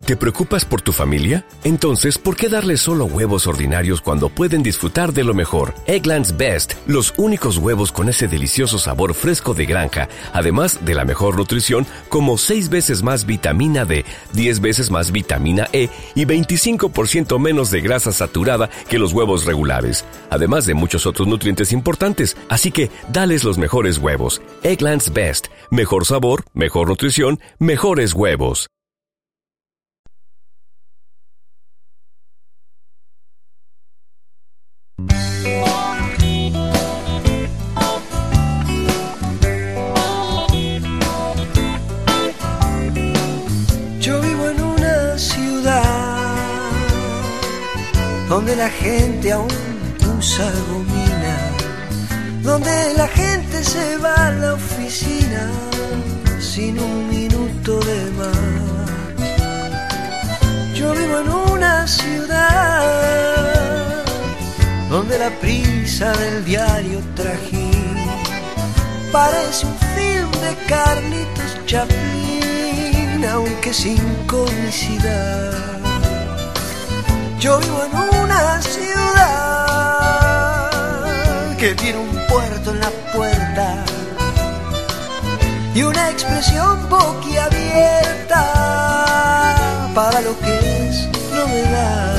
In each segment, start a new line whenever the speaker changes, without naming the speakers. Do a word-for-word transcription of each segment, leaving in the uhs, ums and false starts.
¿Te preocupas por tu familia? Entonces, ¿por qué darles solo huevos ordinarios cuando pueden disfrutar de lo mejor? Eggland's Best, los únicos huevos con ese delicioso sabor fresco de granja, además de la mejor nutrición, como seis veces más vitamina D, diez veces más vitamina E y veinticinco por ciento menos de grasa saturada que los huevos regulares, además de muchos otros nutrientes importantes. Así que, dales los mejores huevos. Eggland's Best, mejor sabor, mejor nutrición, mejores huevos.
Yo vivo en una ciudad donde la gente aún usa gomina, donde la gente se va a la oficina sin un minuto de más. Yo vivo en una ciudad donde la prisa del diario trajín parece un film de Carlitos Chaplin, aunque sin comicidad. Yo vivo en una ciudad que tiene un puerto en la puerta y una expresión boquiabierta para lo que es novedad.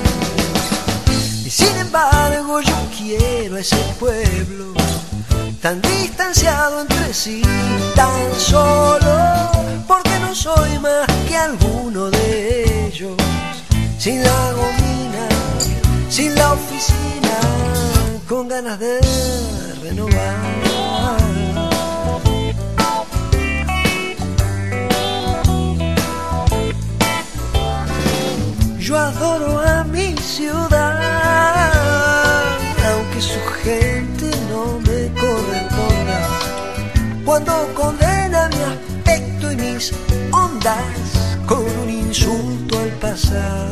Y sin embargo yo quiero ese pueblo tan distanciado entre sí, tan solo, porque no soy más que alguno de ellos, sin la gomina, sin la oficina, con ganas de renovar. Yo adoro a mi ciudad, aunque su gente no me corresponda. Cuando condena mi aspecto y mis ondas con un insulto al pasar.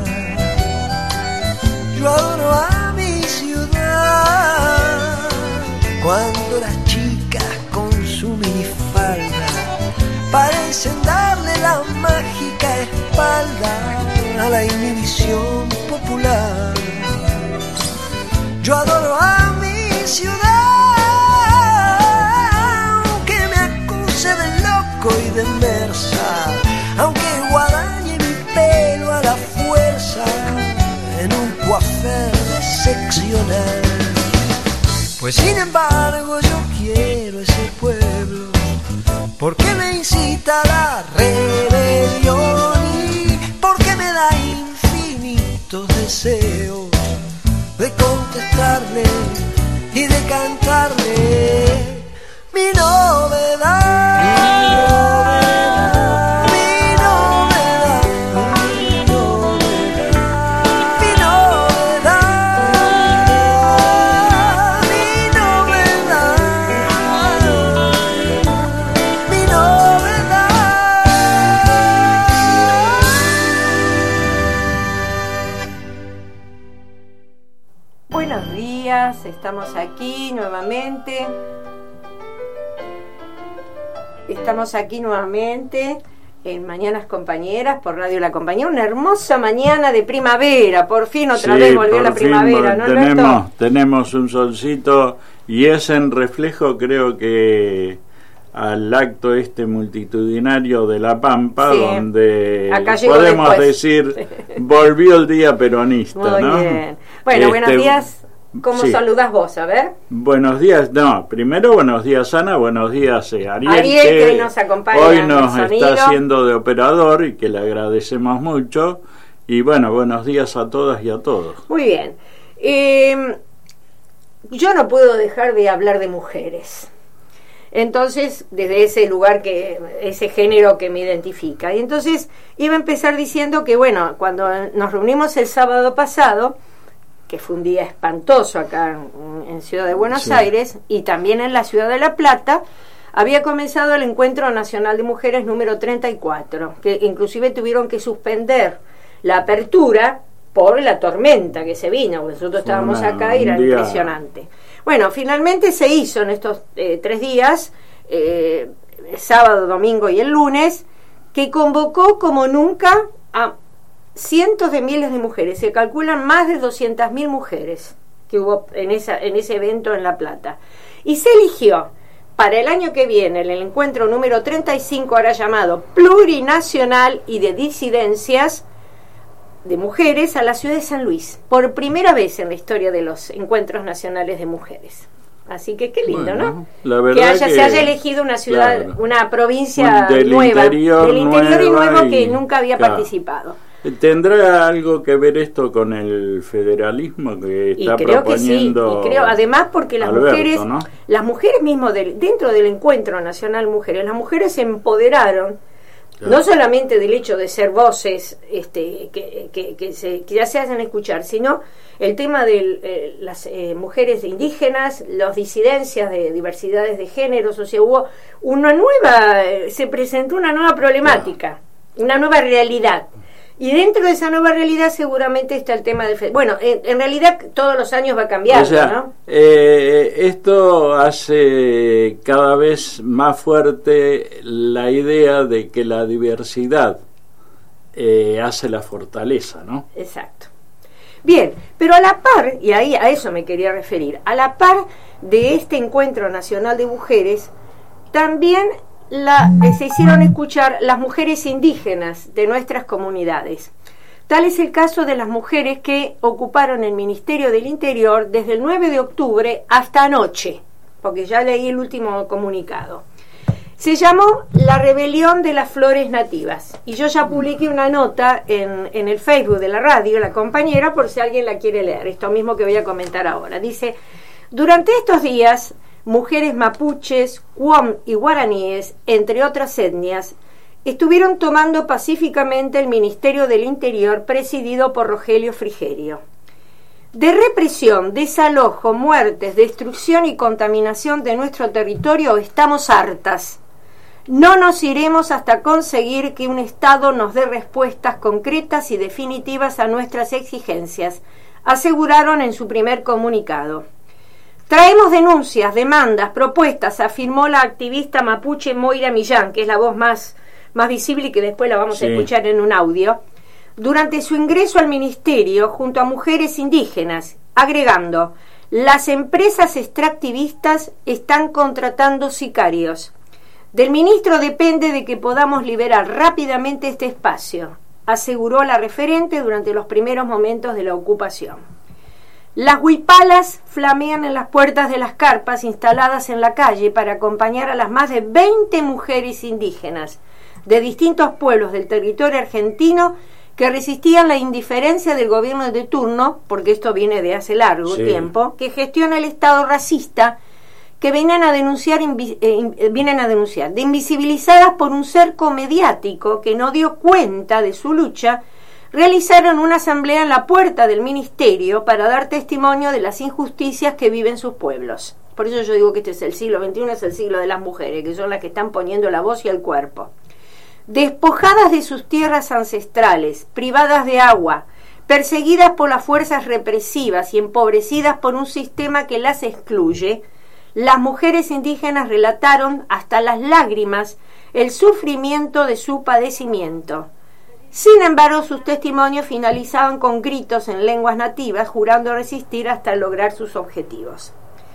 Yo adoro a mi ciudad, cuando las chicas con su minifalda parecen darle la mágica espalda a la inhibición popular. Yo adoro a mi ciudad, aunque me acuse de loco y de mersa, aunque guadañe mi pelo a la fuerza en un coafer seccional. Pues sin embargo yo quiero ese pueblo, porque me incita a la rebelión y porque me da infinitos deseos de contestarle y de cantarle mi novedad, mi novedad, mi novedad, mi novedad, mi novedad, mi novedad.
Buenos días, estamos aquí nuevamente. Estamos aquí nuevamente en Mañanas Compañeras por Radio La Compañía. Una hermosa mañana de primavera. Por fin otra
sí,
vez volvió la primavera, ¿no,
tenemos,
Alberto?
tenemos un solcito y es en reflejo, creo que al acto este multitudinario de La Pampa, sí, donde podemos después decir volvió el día peronista.
Muy
¿no?
bien. Bueno, este, buenos días. ¿Cómo sí. saludás vos? A ver.
Buenos días, no, primero buenos días Ana, buenos días eh, Ariel,
Ariel que, que nos acompaña
hoy nos está haciendo de operador y que le agradecemos mucho. Y bueno, buenos días a todas y a todos.
Muy bien. Eh, yo no puedo dejar de hablar de mujeres. Entonces, desde ese lugar, que ese género que me identifica. Y entonces iba a empezar diciendo que, bueno, cuando nos reunimos el sábado pasado, que fue un día espantoso acá en, en Ciudad de Buenos sí. Aires, y también en la Ciudad de La Plata, había comenzado el Encuentro Nacional de Mujeres número treinta y cuatro, que inclusive tuvieron que suspender la apertura por la tormenta que se vino, porque nosotros estábamos una, acá y era día... impresionante. Bueno, finalmente se hizo en estos eh, tres días, eh, sábado, domingo y el lunes, que convocó como nunca a cientos de miles de mujeres, se calculan más de doscientas mil mujeres que hubo en, esa, en ese evento en La Plata. Y se eligió para el año que viene, en el encuentro número treinta y cinco, ahora llamado Plurinacional y de Disidencias de Mujeres, a la ciudad de San Luis, por primera vez en la historia de los encuentros nacionales de mujeres. Así que qué lindo, bueno, ¿no?
La verdad
que, haya,
que
se haya elegido una ciudad, claro, una provincia
del
nueva,
interior,
del interior y nuevo
y,
que nunca había
claro,
participado.
¿Tendrá algo que ver esto con el federalismo que está
y creo
proponiendo?
Que sí, y creo, además porque las
Alberto,
mujeres,
¿no?
las mujeres mismo del, dentro del Encuentro Nacional Mujeres, las mujeres se empoderaron, claro, no solamente del hecho de ser voces este, que, que, que, se, que ya se hacen escuchar, sino el tema de eh, las eh, mujeres indígenas, las disidencias de diversidades de géneros, o sea, hubo una nueva, eh, se presentó una nueva problemática, claro, una nueva realidad. Y dentro de esa nueva realidad seguramente está el tema del... Fe- bueno, en, en realidad todos los años va cambiando, o sea, ¿no?
Eh, esto hace cada vez más fuerte la idea de que la diversidad eh, hace la fortaleza, ¿no?
Exacto. Bien, pero a la par, y ahí a eso me quería referir, a la par de este Encuentro Nacional de Mujeres, también... La, eh, se hicieron escuchar las mujeres indígenas de nuestras comunidades. Tal es el caso de las mujeres que ocuparon el Ministerio del Interior desde el nueve de octubre hasta anoche, porque ya leí el último comunicado. Se llamó La Rebelión de las Flores Nativas, y yo ya publiqué una nota en, en el Facebook de la radio, La Compañera, por si alguien la quiere leer, esto mismo que voy a comentar ahora. Dice: durante estos días, mujeres mapuches, cuom y guaraníes, entre otras etnias, estuvieron tomando pacíficamente el Ministerio del Interior presidido por Rogelio Frigerio. De represión, desalojo, muertes, destrucción y contaminación de nuestro territorio estamos hartas. No nos iremos hasta conseguir que un Estado nos dé respuestas concretas y definitivas a nuestras exigencias, aseguraron en su primer comunicado. Traemos denuncias, demandas, propuestas, afirmó la activista mapuche Moira Millán, que es la voz más, más visible y que después la vamos sí. a escuchar en un audio, durante su ingreso al ministerio junto a mujeres indígenas, agregando: las empresas extractivistas están contratando sicarios. Del ministro depende de que podamos liberar rápidamente este espacio, aseguró la referente durante los primeros momentos de la ocupación. Las huipalas flamean en las puertas de las carpas instaladas en la calle para acompañar a las más de veinte mujeres indígenas de distintos pueblos del territorio argentino que resistían la indiferencia del gobierno de turno, porque esto viene de hace largo sí. tiempo, que gestiona el Estado racista, que vienen a denunciar, invi- eh, vienen a denunciar, de invisibilizadas por un cerco mediático que no dio cuenta de su lucha. Realizaron una asamblea en la puerta del ministerio para dar testimonio de las injusticias que viven sus pueblos. Por eso yo digo que este es el siglo veintiuno, es el siglo de las mujeres, que son las que están poniendo la voz y el cuerpo. Despojadas de sus tierras ancestrales, privadas de agua, perseguidas por las fuerzas represivas y empobrecidas por un sistema que las excluye, las mujeres indígenas relataron hasta las lágrimas el sufrimiento de su padecimiento. Sin embargo, sus testimonios finalizaban con gritos en lenguas nativas, jurando resistir hasta lograr sus objetivos.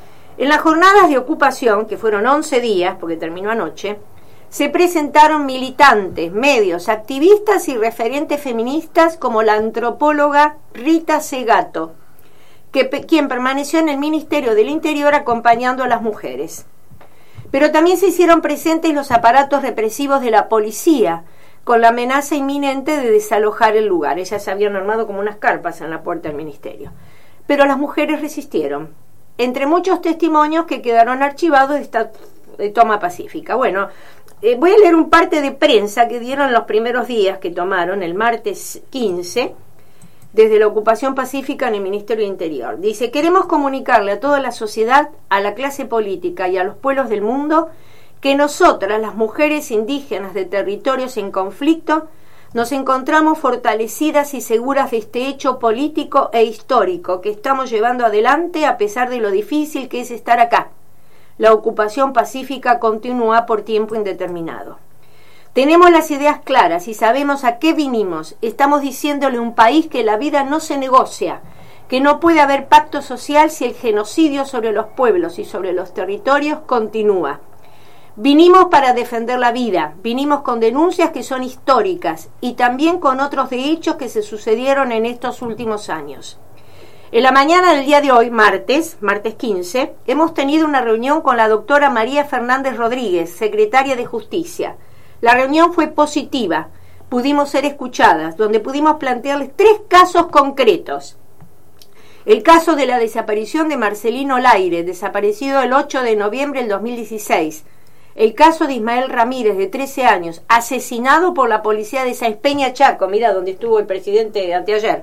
En las jornadas de ocupación, que fueron once días, porque terminó anoche, se presentaron militantes, medios, activistas y referentes feministas como la antropóloga Rita Segato, que, quien permaneció en el Ministerio del Interior acompañando a las mujeres. Pero también se hicieron presentes los aparatos represivos de la policía, con la amenaza inminente de desalojar el lugar. Ellas se habían armado como unas carpas en la puerta del ministerio. Pero las mujeres resistieron, entre muchos testimonios que quedaron archivados de esta de toma pacífica. Bueno, eh, voy a leer un parte de prensa que dieron los primeros días que tomaron, el martes quince, desde la ocupación pacífica en el Ministerio del Interior. Dice: queremos comunicarle a toda la sociedad, a la clase política y a los pueblos del mundo que nosotras, las mujeres indígenas de territorios en conflicto, nos encontramos fortalecidas y seguras de este hecho político e histórico que estamos llevando adelante a pesar de lo difícil que es estar acá. La ocupación pacífica continúa por tiempo indeterminado. Tenemos las ideas claras y sabemos a qué vinimos. Estamos diciéndole a un país que la vida no se negocia, que no puede haber pacto social si el genocidio sobre los pueblos y sobre los territorios continúa. Vinimos para defender la vida, vinimos con denuncias que son históricas y también con otros de hechos que se sucedieron en estos últimos años. En la mañana del día de hoy, martes, martes quince, hemos tenido una reunión con la doctora María Fernández Rodríguez, secretaria de Justicia. La reunión fue positiva, pudimos ser escuchadas, donde pudimos plantearles tres casos concretos. El caso de la desaparición de Marcelino Laire, desaparecido el ocho de noviembre del dos mil dieciséis. El caso de Ismael Ramírez, de trece años, asesinado por la policía de Sáenz Peña, Chaco, mira donde estuvo el presidente anteayer.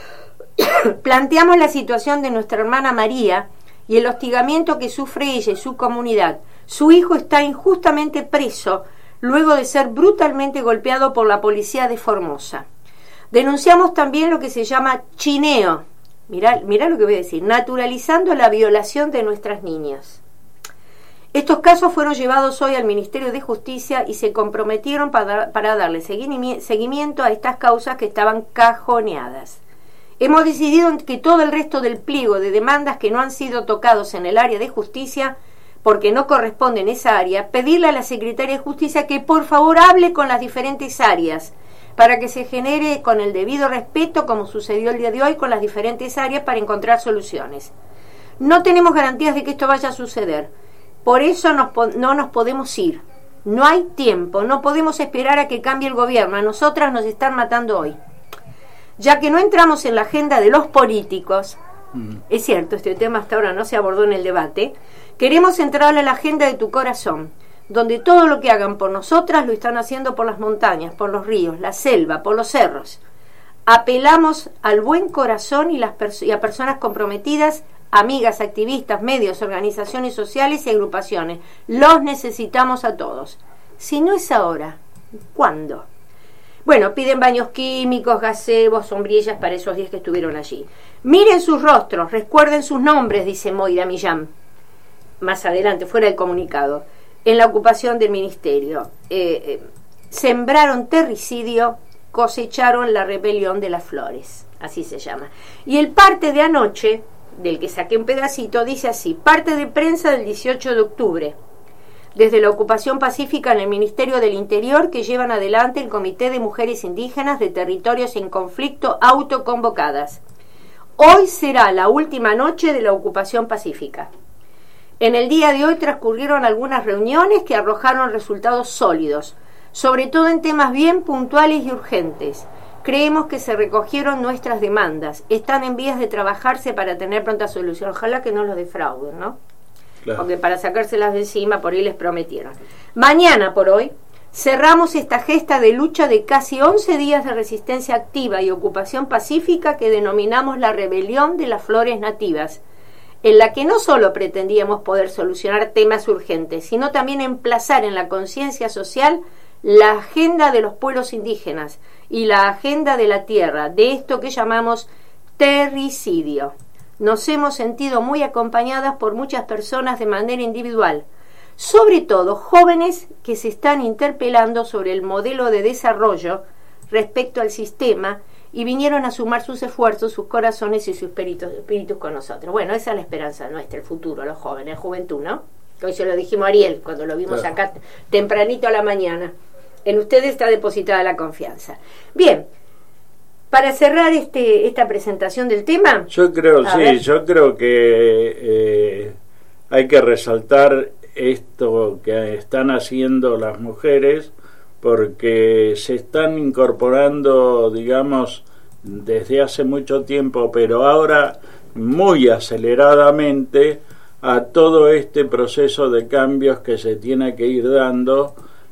Planteamos la situación de nuestra hermana María y el hostigamiento que sufre ella y su comunidad. Su hijo está injustamente preso luego de ser brutalmente golpeado por la policía de Formosa. Denunciamos también lo que se llama chineo, mirá, mirá lo que voy a decir, naturalizando la violación de nuestras niñas. Estos casos fueron llevados hoy al Ministerio de Justicia y se comprometieron para, para darle seguimiento a estas causas que estaban cajoneadas. Hemos decidido que todo el resto del pliego de demandas que no han sido tocados en el área de justicia, porque no corresponde en esa área, pedirle a la Secretaria de Justicia que por favor hable con las diferentes áreas, para que se genere con el debido respeto, como sucedió el día de hoy, con las diferentes áreas para encontrar soluciones. No tenemos garantías de que esto vaya a suceder. Por eso nos, no nos podemos ir. No hay tiempo, no podemos esperar a que cambie el gobierno. A nosotras nos están matando hoy. Ya que no entramos en la agenda de los políticos, mm. es cierto, este tema hasta ahora no se abordó en el debate, queremos entrar a la agenda de tu corazón, donde todo lo que hagan por nosotras lo están haciendo por las montañas, por los ríos, la selva, por los cerros. Apelamos al buen corazón y, las pers- y a personas comprometidas, amigas, activistas, medios, organizaciones sociales y agrupaciones. Los necesitamos a todos. Si no es ahora, ¿cuándo? Bueno, piden baños químicos, gazebos, sombrillas para esos días que estuvieron allí. Miren sus rostros, recuerden sus nombres, dice Moira Millán. Más adelante, fuera del comunicado. En la ocupación del ministerio. Eh, eh, sembraron terricidio, cosecharon la rebelión de las flores. Así se llama. Y el parte de anoche, del que saqué un pedacito, dice así: parte de prensa del dieciocho de octubre. Desde la ocupación pacífica en el Ministerio del Interior que llevan adelante el Comité de Mujeres Indígenas de Territorios en Conflicto autoconvocadas. Hoy será la última noche de la ocupación pacífica. En el día de hoy transcurrieron algunas reuniones que arrojaron resultados sólidos, sobre todo en temas bien puntuales y urgentes. Creemos que se recogieron nuestras demandas, están en vías de trabajarse para tener pronta solución. Ojalá que no los defrauden, ¿no? Claro. Porque para sacárselas de encima por ahí les prometieron. Mañana por hoy cerramos esta gesta de lucha de casi once días de resistencia activa y ocupación pacífica que denominamos la rebelión de las flores nativas, en la que no solo pretendíamos poder solucionar temas urgentes, sino también emplazar en la conciencia social la agenda de los pueblos indígenas y la agenda de la tierra, de esto que llamamos terricidio. Nos hemos sentido muy acompañadas por muchas personas de manera individual, sobre todo jóvenes que se están interpelando sobre el modelo de desarrollo respecto al sistema y vinieron a sumar sus esfuerzos, sus corazones y sus espíritus, espíritus con nosotros. Bueno, esa es la esperanza nuestra, el futuro, los jóvenes, la juventud, ¿no? Hoy se lo dijimos a Ariel cuando lo vimos claro. acá tempranito a la mañana. En ustedes está depositada la confianza. Bien. Para cerrar este esta presentación del tema,
yo creo sí, ver. yo creo que eh, hay que resaltar esto que están haciendo las mujeres, porque se están incorporando, digamos, desde hace mucho tiempo, pero ahora muy aceleradamente a todo este proceso de cambios que se tiene que ir dando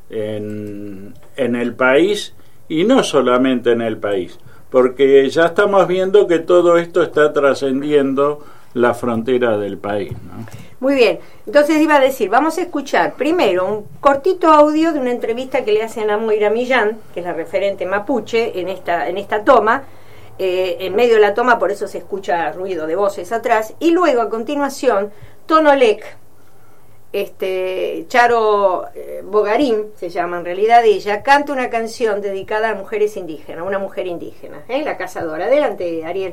en, en el país, y no solamente en el país, porque ya estamos viendo que todo esto está trascendiendo la frontera del país, ¿no?
Muy bien, entonces iba a decir, vamos a escuchar primero un cortito audio de una entrevista que le hacen a Moira Millán, que es la referente mapuche en esta, en esta toma, eh, en medio de la toma, por eso se escucha ruido de voces atrás, y luego a continuación Tonolec, este, Charo eh, Bogarín, se llama en realidad ella, canta una canción dedicada a mujeres indígenas, una mujer indígena, ¿eh? La Cazadora. Adelante, Ariel.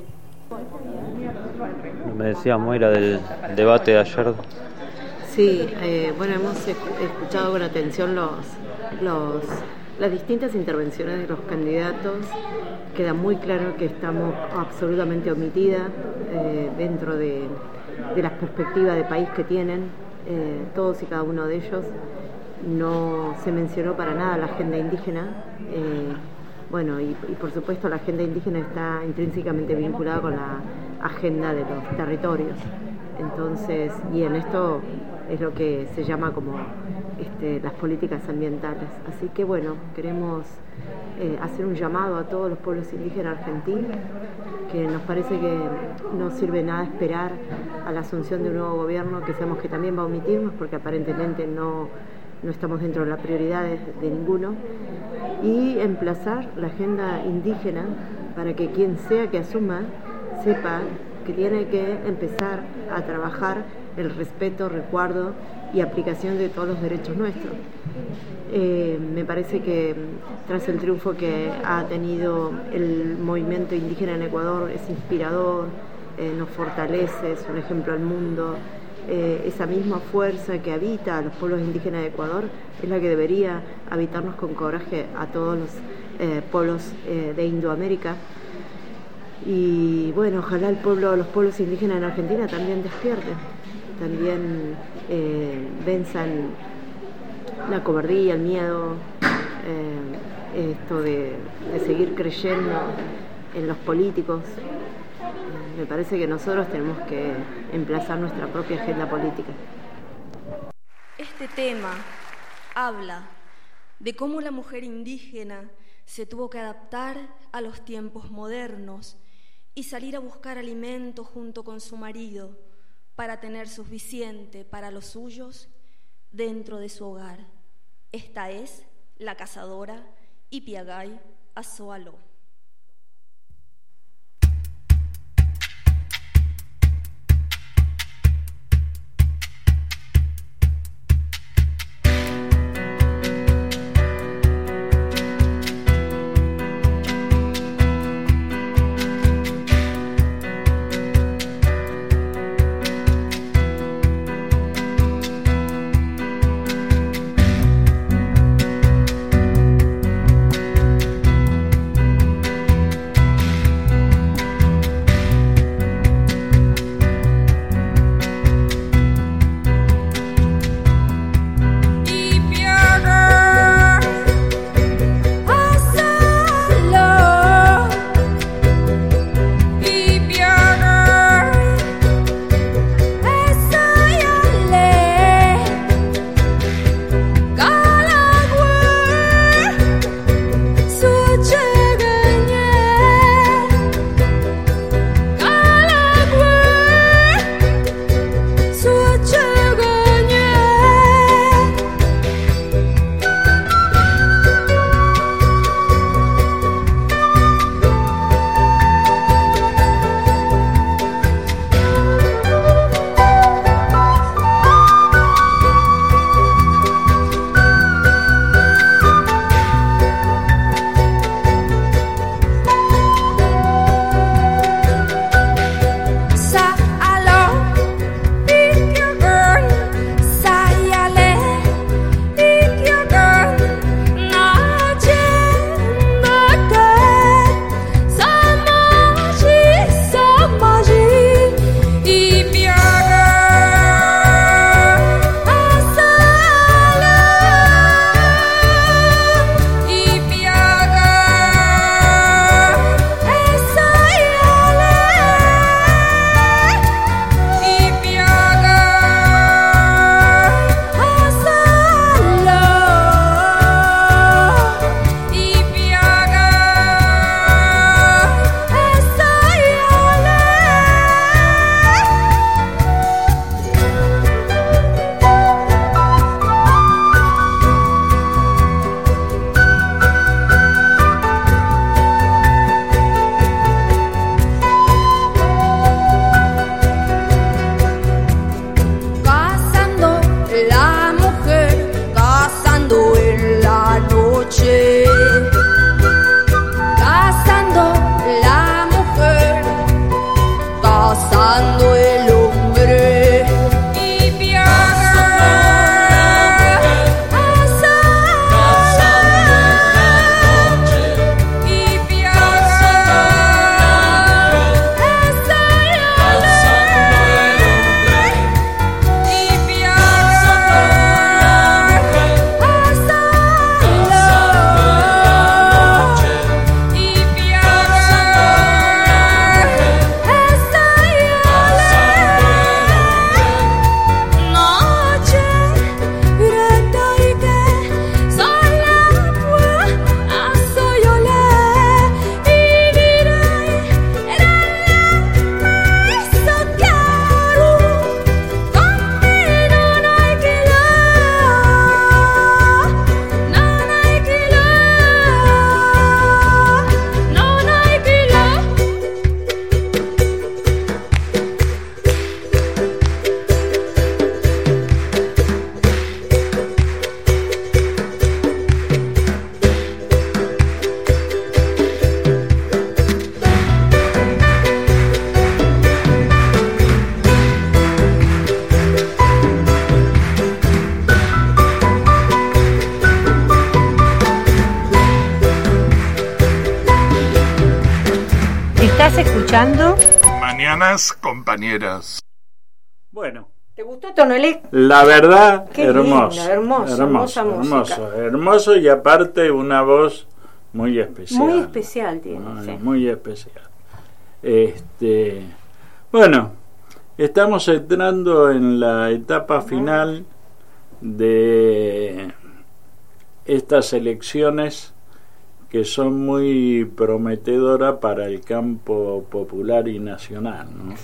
Me decía Moira del debate de ayer.
Sí, eh, bueno, hemos escuchado con atención los, los, las distintas intervenciones de los candidatos. Queda muy claro que estamos absolutamente omitidas eh, dentro de, de las perspectivas de país que tienen, eh, todos y cada uno de ellos. No se mencionó para nada la agenda indígena. Eh, bueno, y, y por supuesto la agenda indígena está intrínsecamente vinculada con la agenda de los territorios. Entonces, y en esto es lo que se llama como este, las políticas ambientales. Así que bueno, queremos eh, hacer un llamado a todos los pueblos indígenas argentinos, que nos parece que no sirve nada esperar a la asunción de un nuevo gobierno, que sabemos que también va a omitirnos, porque aparentemente no, no estamos dentro de las prioridades de ninguno, y emplazar la agenda indígena para que quien sea que asuma sepa que tiene que empezar a trabajar el respeto, recuerdo y aplicación de todos los derechos nuestros. Eh, me parece que tras el triunfo que ha tenido el movimiento indígena en Ecuador es inspirador, eh, nos fortalece, es un ejemplo al mundo. Eh, esa misma fuerza que habita a los pueblos indígenas de Ecuador es la que debería habitarnos con coraje a todos los eh, pueblos eh, de Indoamérica. Y bueno, ojalá el pueblo, los pueblos indígenas en Argentina también despierten, también eh, venzan la cobardía, el miedo, eh, esto de, de seguir creyendo en los políticos. Eh, me parece que nosotros tenemos que emplazar nuestra propia agenda política.
Este tema habla de cómo la mujer indígena se tuvo que adaptar a los tiempos modernos y salir a buscar alimento junto con su marido para tener suficiente para los suyos dentro de su hogar. Esta es la Cazadora Ipiagay Azoaló.
Estás escuchando
Mañanas Compañeras.
Bueno,
¿te gustó Tonolé?
La verdad,
Qué
hermoso,
lindo, hermoso,
hermoso,
hermosa
hermoso,
música.
hermoso y aparte una voz muy especial.
Muy especial tiene,
muy,
sí.
muy especial. Este, bueno, estamos entrando en la etapa final de estas elecciones que son muy prometedoras para el campo popular y nacional, ¿no?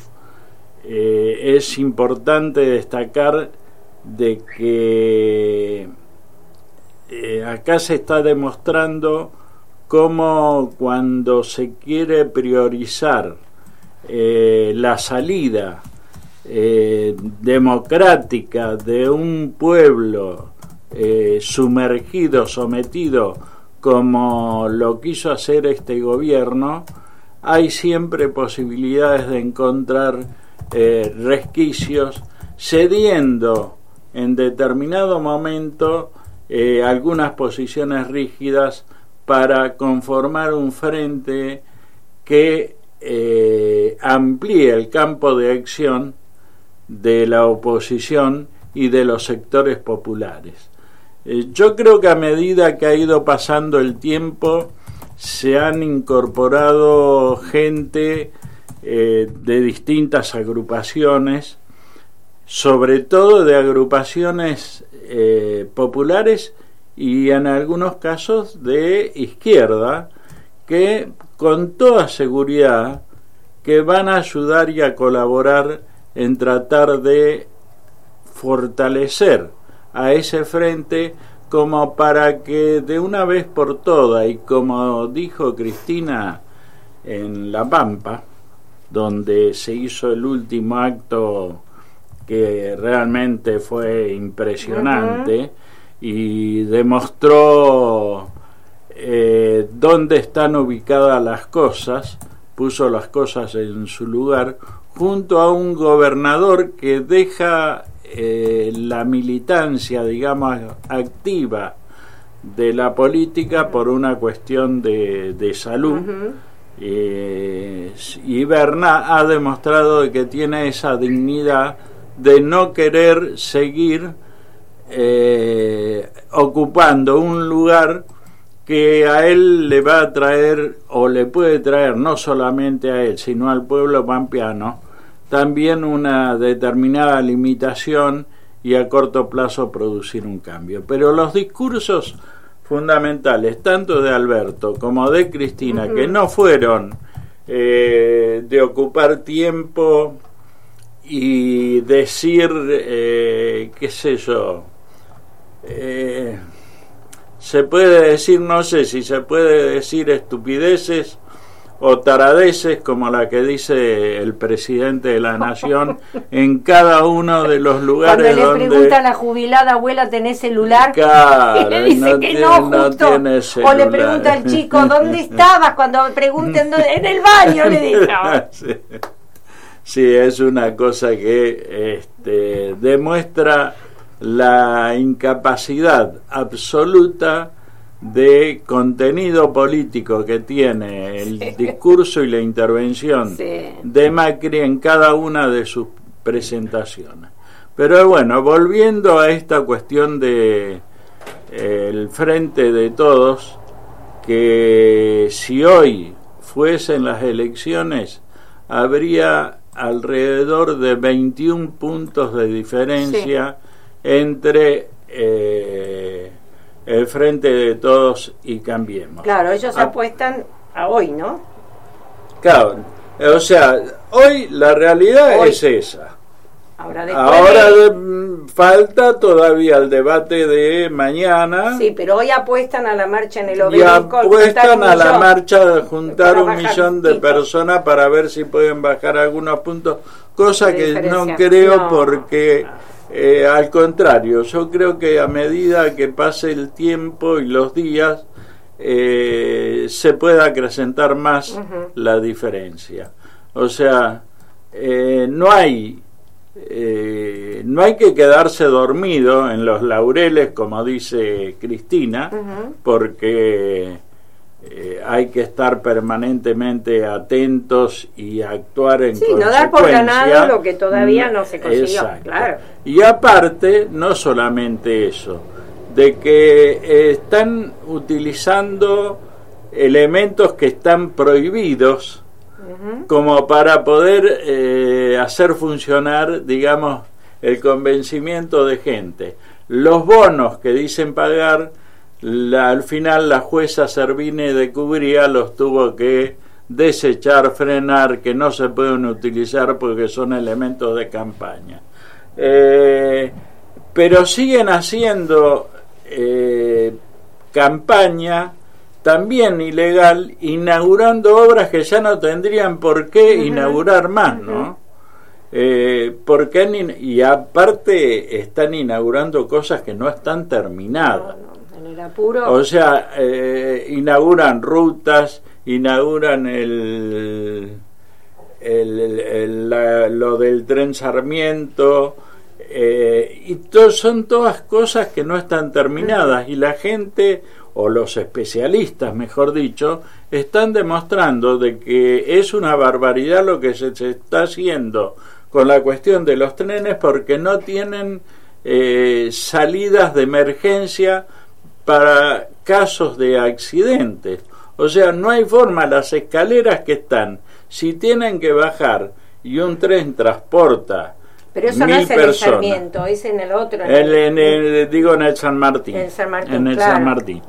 Eh, es importante destacar de que eh, acá se está demostrando cómo cuando se quiere priorizar eh, la salida eh, democrática de un pueblo eh, sumergido, sometido, como lo quiso hacer este gobierno, hay siempre posibilidades de encontrar eh, resquicios, cediendo en determinado momento eh, algunas posiciones rígidas para conformar un frente que eh, amplíe el campo de acción de la oposición y de los sectores populares. Eh, yo creo que a medida que ha ido pasando el tiempo se han incorporado gente eh, de distintas agrupaciones, sobre todo de agrupaciones eh, populares y en algunos casos de izquierda, que con toda seguridad que van a ayudar y a colaborar en tratar de fortalecer a ese frente, como para que de una vez por todas, y como dijo Cristina en La Pampa, donde se hizo el último acto que realmente fue impresionante, uh-huh, y demostró eh, dónde están ubicadas las cosas, puso las cosas en su lugar, junto a un gobernador que deja eh, la militancia, digamos, activa de la política por una cuestión de, de salud. Uh-huh. eh, y Berna ha demostrado que tiene esa dignidad de no querer seguir eh, ocupando un lugar que a él le va a traer, o le puede traer, no solamente a él, sino al pueblo pampeano, también una determinada limitación y a corto plazo producir un cambio. Pero los discursos fundamentales, tanto de Alberto como de Cristina, uh-huh, que no fueron eh, de ocupar tiempo y decir, eh, qué sé yo, eh, se puede decir, no sé si se puede decir estupideces o taradeces, como la que dice el presidente de la nación en cada uno de los lugares donde...
Cuando le pregunta a la jubilada, abuela, ¿tenés celular?
Claro,
y le dice
no
que
tiene,
no,
no
justo.
tiene celular.
O le pregunta al chico, ¿dónde estabas? Cuando me pregunten, ¿dónde? En el baño, le dice.
Sí. Sí, es una cosa que este, demuestra la incapacidad absoluta de contenido político que tiene el sí. discurso y la intervención sí. de Macri en cada una de sus presentaciones. Pero bueno, volviendo a esta cuestión de eh, el Frente de Todos, que si hoy fuesen las elecciones habría alrededor de veintiún puntos de diferencia sí. entre eh, el Frente de Todos y Cambiemos.
Claro, ellos
a,
apuestan a hoy, ¿no?
Claro, o sea, hoy la realidad hoy. es esa.
Ahora,
Ahora
de...
de, falta todavía el debate de mañana.
Sí, pero hoy apuestan a la marcha en el Obelisco.
Y apuestan a la marcha de juntar un millón de personas para ver si pueden bajar algunos puntos, cosa que no creo no. porque... Eh, al contrario, yo creo que a medida que pase el tiempo y los días eh, se puede acrecentar más uh-huh. la diferencia. O sea, eh, no hay eh, no hay que quedarse dormido en los laureles, como dice Cristina, uh-huh. porque eh, hay que estar permanentemente atentos y actuar en
sí,
consecuencia.
No dar por ganado lo que todavía no se consiguió.
Exacto.
Claro.
Y aparte, no solamente eso, de que eh, están utilizando elementos que están prohibidos uh-huh. como para poder eh, hacer funcionar, digamos, el convencimiento de gente. Los bonos que dicen pagar, la, al final la jueza Servine de Cubría los tuvo que desechar, frenar, que no se pueden utilizar porque son elementos de campaña. Eh, pero siguen haciendo eh, campaña también ilegal, inaugurando obras que ya no tendrían por qué uh-huh. inaugurar más, ¿no? Uh-huh. Eh, porque han, y aparte están inaugurando cosas que no están terminadas.
No, no, en el apuro.
O sea, eh, inauguran rutas, inauguran el, el, el, el la, lo del tren Sarmiento, eh, y to, son todas cosas que no están terminadas uh-huh. y la gente, o los especialistas, mejor dicho, están demostrando de que es una barbaridad lo que se, se está haciendo con la cuestión de los trenes, porque no tienen eh, salidas de emergencia para casos de accidentes. O sea, no hay forma, las escaleras que están, si tienen que bajar y un tren transporta
pero eso
mil
no es en
personas,
el Sarmiento, es en el otro. En
el, en el, digo en el San Martín.
En el San Martín,
en el
claro.
San Martín.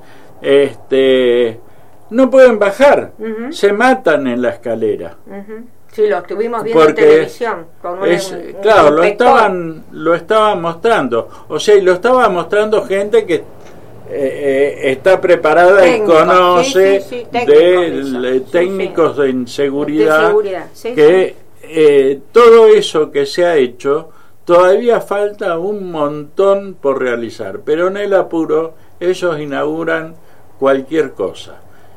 Este, no pueden bajar, uh-huh. se matan en la escalera.
Uh-huh. Sí, lo estuvimos viendo
porque
en televisión. Con un,
es,
un, un
claro,
un
lo estaban, lo estaban mostrando. O sea, y lo estaba mostrando gente que eh, eh, está preparada técnico, y conoce sí, sí, sí, técnico, de sí, técnicos sí. de seguridad, de seguridad. Sí, que sí. Eh, todo eso que se ha hecho, todavía falta un montón por realizar, pero en el apuro ellos inauguran cualquier cosa.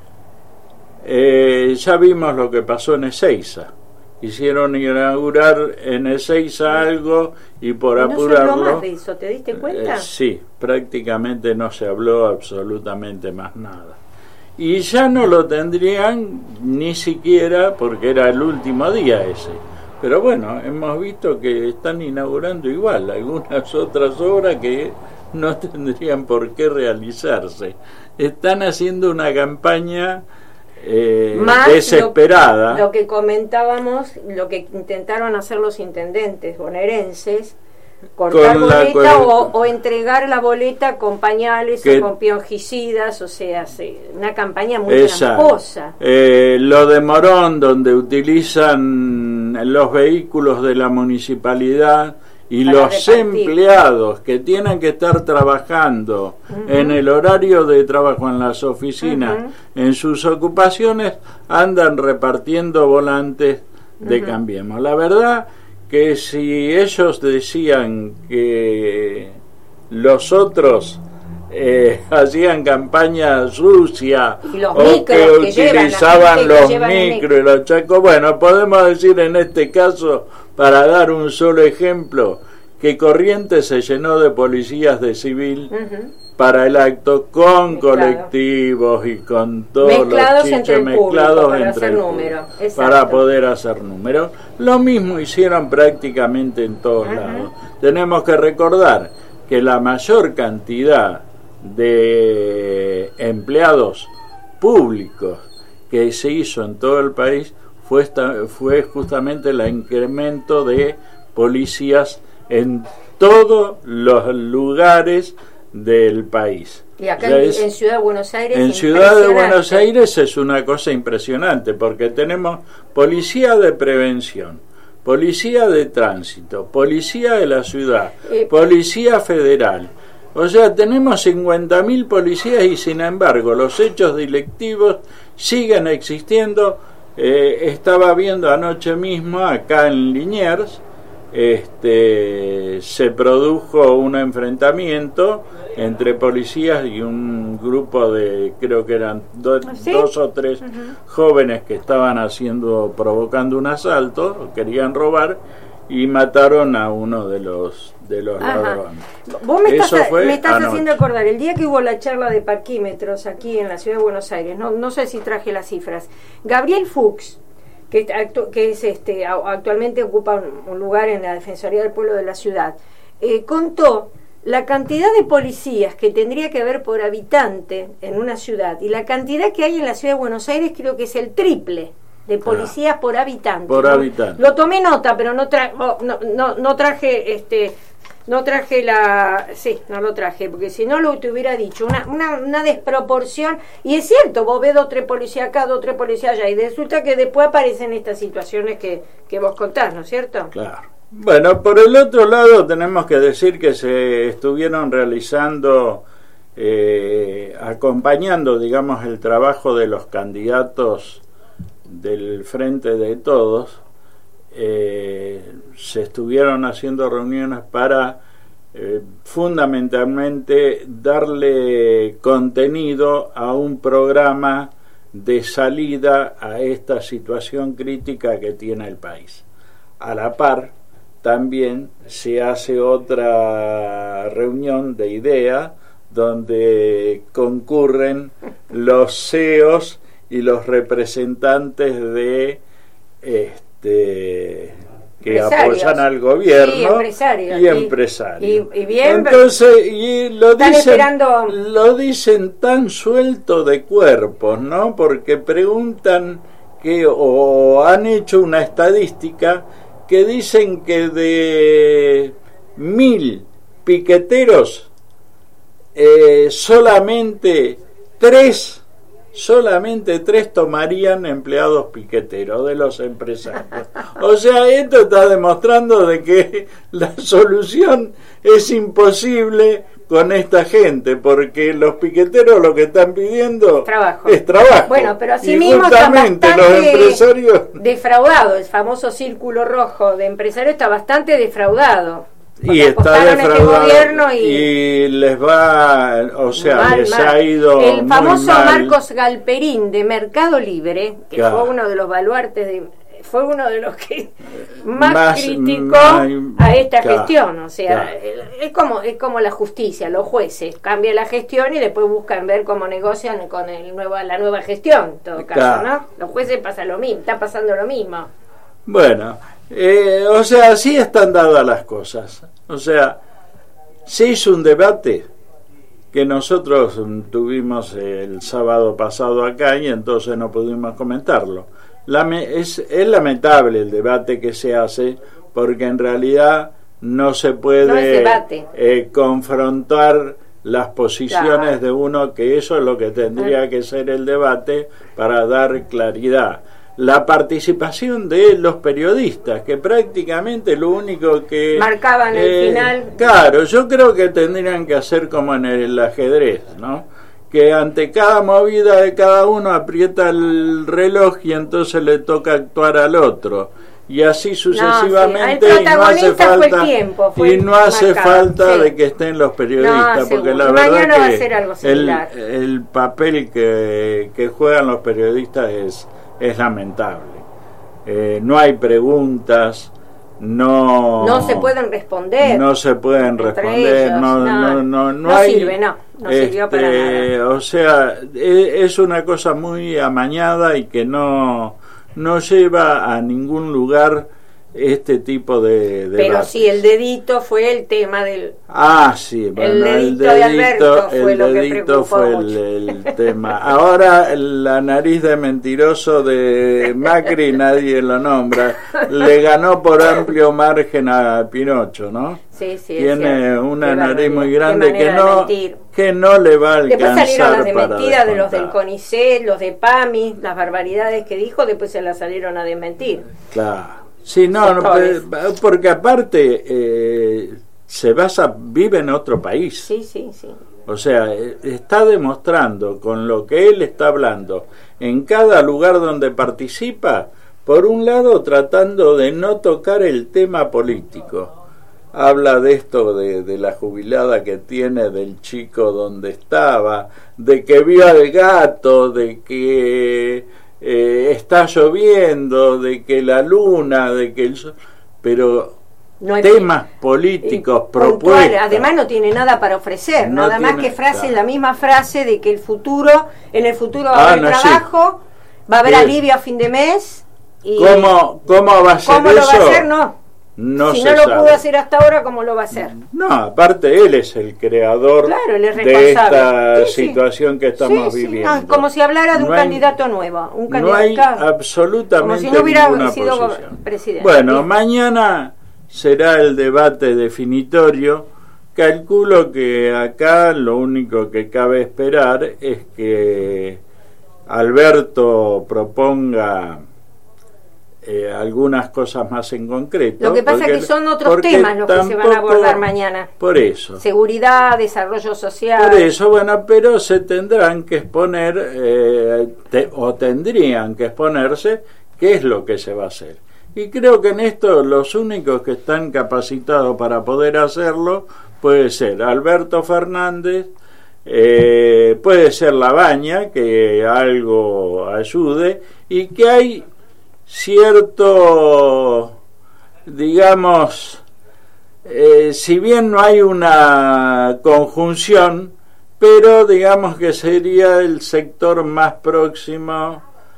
Eh, ya vimos lo que pasó en Ezeiza. Hicieron inaugurar en Ezeiza algo y por
no
apurarlo...
se habló más de eso, ¿te diste cuenta?
Eh, sí, prácticamente no se habló absolutamente más nada. Y ya no lo tendrían ni siquiera porque era el último día ese. Pero bueno, hemos visto que están inaugurando igual algunas otras obras que no tendrían por qué realizarse. Están haciendo una campaña eh,
más
desesperada.
Lo, lo que comentábamos, lo que intentaron hacer los intendentes bonaerenses, cortar
con
boleta
la,
o, o entregar la boleta con pañales que, o con piongicidas, o sea, sí, una campaña muy tramposa.
Eh, lo de Morón, donde utilizan los vehículos de la municipalidad y para los repartir. Empleados que tienen que estar trabajando uh-huh. en el horario de trabajo en las oficinas, uh-huh. en sus ocupaciones, andan repartiendo volantes de uh-huh. Cambiemos. La verdad que si ellos decían que los otros eh, hacían campaña sucia o que, que utilizaban los micros y los chacos, bueno, podemos decir en este caso, para dar un solo ejemplo, que Corrientes se llenó de policías de civil uh-huh. para el acto con Mezclado. colectivos y con todos
mezclados
los chichos mezclados
para,
entre
hacer
el
número.
para poder hacer números. Lo mismo hicieron prácticamente en todos uh-huh. lados. Tenemos que recordar que la mayor cantidad de empleados públicos que se hizo en todo el país fue, esta, fue justamente el incremento de policías en todos los lugares del país.
Y acá en, es, en Ciudad de Buenos Aires
en Ciudad de Buenos Aires es una cosa impresionante porque tenemos policía de prevención, policía de tránsito, policía de la ciudad, eh, policía federal. O sea, tenemos cincuenta mil policías y sin embargo los hechos delictivos siguen existiendo. Eh, estaba viendo anoche mismo acá en Liniers, este, se produjo un enfrentamiento entre policías y un grupo de, creo que eran do, ¿Sí? dos o tres uh-huh. jóvenes que estaban haciendo, provocando un asalto, querían robar, y mataron a uno de los de los Ajá. ladrones.
Vos me Eso estás, me estás haciendo acordar, el día que hubo la charla de parquímetros aquí en la ciudad de Buenos Aires, no, no sé si traje las cifras, Gabriel Fuchs, que, actu que es este actualmente ocupa un, un lugar en la Defensoría del Pueblo de la ciudad, eh, contó la cantidad de policías que tendría que haber por habitante en una ciudad y la cantidad que hay en la ciudad de Buenos Aires creo que es el triple de policías ah, por habitante.
Por
¿no?
habitante.
Lo tomé nota, pero no, tra oh, no, no, no traje este no traje la sí, no lo traje, porque si no lo te hubiera dicho, una, una, una desproporción, y es cierto, vos ves dos tres policías acá, dos tres policías allá, y resulta que después aparecen estas situaciones que, que vos contás, ¿no es cierto?
Claro. Bueno, por el otro lado tenemos que decir que se estuvieron realizando, eh, acompañando, digamos, el trabajo de los candidatos del Frente de Todos, eh, se estuvieron haciendo reuniones para eh, fundamentalmente darle contenido a un programa de salida a esta situación crítica que tiene el país. A la par, también se hace otra reunión de idea donde concurren los C E Os y los representantes de este que apoyan al gobierno
sí, empresarios,
y empresarios.
Y, y bien,
entonces y lo dicen
esperando...
lo dicen tan suelto de cuerpos, ¿no? Porque preguntan que o han hecho una estadística que dicen que de mil piqueteros eh, solamente tres solamente tres tomarían empleados piqueteros de los empresarios. O sea, esto está demostrando de que la solución es imposible con esta gente, porque los piqueteros lo que están pidiendo
trabajo.
es trabajo.
Bueno, pero así
y
mismo
justamente
está
los empresarios
defraudado, el famoso círculo rojo de empresarios está bastante defraudado.
Y está defraudado
este y,
y les va, o sea,
mal,
les
mal.
ha ido
el famoso
muy mal.
Marcos Galperín de Mercado Libre, que claro. fue uno de los baluartes de, fue uno de los que más, más criticó más, a esta claro, gestión, o sea, claro. es como es como la justicia, los jueces cambian la gestión y después buscan ver cómo negocian con el nuevo, la nueva gestión, en todo caso, claro. ¿no? Los jueces pasa lo mismo, está pasando lo mismo.
Bueno, eh, o sea, así están dadas las cosas. O sea, se hizo un debate que nosotros tuvimos el sábado pasado acá y entonces no pudimos comentarlo. Lame, es, es lamentable el debate que se hace porque en realidad no se puede
no es debate.
Eh, confrontar las posiciones claro. de uno, que eso es lo que tendría que ser el debate para dar claridad. La participación de los periodistas, que prácticamente lo único que
marcaban
eh,
el final.
Claro, yo creo que tendrían que hacer como en el ajedrez, ¿no? Que ante cada movida de cada uno aprieta el reloj y entonces le toca actuar al otro. Y así sucesivamente,
no, sí.
y no hace falta
fue tiempo, fue
y no hace
marcado,
falta
sí.
de que estén los periodistas,
no,
porque la
y
verdad
va a
que
ser algo
el, el papel que, que juegan los periodistas es es lamentable. Eh, no hay preguntas, no
no se pueden responder,
no se pueden responder,
ellos,
no,
no,
no, no, no,
no
hay,
sirve, no, no
este,
sirvió para nada.
O sea, es una cosa muy amañada y que no no lleva a ningún lugar este tipo de debates.
Pero sí, el dedito fue el tema del...
Ah, sí, bueno,
el dedito,
el dedito
de Alberto fue
el
lo que
dedito
preocupó
fue
mucho.
El, el tema. Ahora la nariz de mentiroso de Macri nadie lo nombra. Le ganó por amplio margen a Pinocho, ¿no?
Sí, sí.
Tiene una
qué
nariz muy grande
qué
que no que no le va a alcanzar.
Después salieron las de
para
mentira de los del
descontar.
CONICET, los de PAMI, las barbaridades que dijo, después se las salieron a desmentir.
Claro. Sí, no, no, porque aparte eh, se basa, vive en otro país.
Sí, sí, sí.
O sea, está demostrando con lo que él está hablando en cada lugar donde participa, por un lado tratando de no tocar el tema político. Habla de esto, de, de la jubilada que tiene, del chico donde estaba, de que vio al gato, de que... Eh, está lloviendo, de que la luna, de que el sol, pero no temas políticos, propuestas.
Además no tiene nada para ofrecer, no nada tiene, más que frase, claro. La misma frase de que el futuro, en el futuro va a haber ah, no, trabajo, sí. Va a haber alivio a fin de mes. Y
¿Cómo, ¿Cómo va a ser
¿Cómo
eso?
lo va a hacer? No.
No
si
se
no lo
sabe.
pudo hacer hasta ahora, ¿cómo lo va a hacer?
No, aparte él es el creador
claro, él es
de esta
sí,
situación
sí.
que estamos
sí, sí.
viviendo.
No, como si hablara de
no
un
hay,
candidato nuevo. Un candidato,
no hay
claro.
absolutamente
como si no hubiera
ninguna
sido
posición.
Presidente.
Bueno, sí. Mañana será el debate definitorio. Calculo que acá lo único que cabe esperar es que Alberto proponga Eh, algunas cosas más en concreto.
Lo que pasa es que son otros temas los que se van a abordar mañana.
Por eso.
Seguridad, desarrollo social.
Por eso, bueno, pero se tendrán que exponer, eh, te, o tendrían que exponerse, qué es lo que se va a hacer. Y creo que en esto los únicos que están capacitados para poder hacerlo puede ser Alberto Fernández, eh, puede ser Labaña, que algo ayude, y que hay cierto, digamos, eh, si bien no hay una conjunción, pero digamos que sería el sector más próximo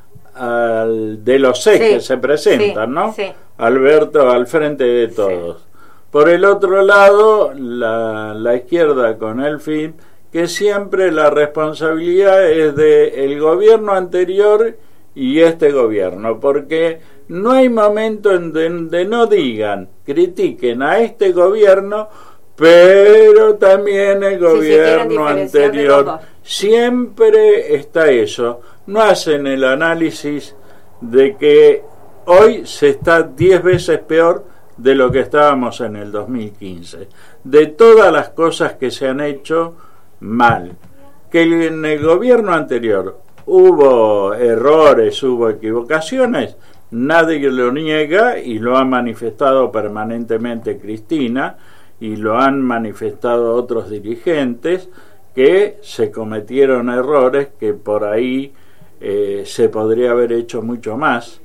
al, de los seis sí, que se presentan, sí, ¿no? Sí. Alberto al frente de todos. Sí. Por el otro lado, la, la izquierda con el F I M, que siempre la responsabilidad es del gobierno anterior y este gobierno, porque no hay momento en donde no digan, critiquen a este gobierno, pero también el gobierno sí, anterior. Siempre está eso. No hacen el análisis de que hoy se está diez veces peor de lo que estábamos en el dos mil quince. De todas las cosas que se han hecho mal. Que en el gobierno anterior hubo errores, hubo equivocaciones, nadie lo niega y lo ha manifestado permanentemente Cristina y lo han manifestado otros dirigentes, que se cometieron errores, que por ahí eh, se podría haber hecho mucho más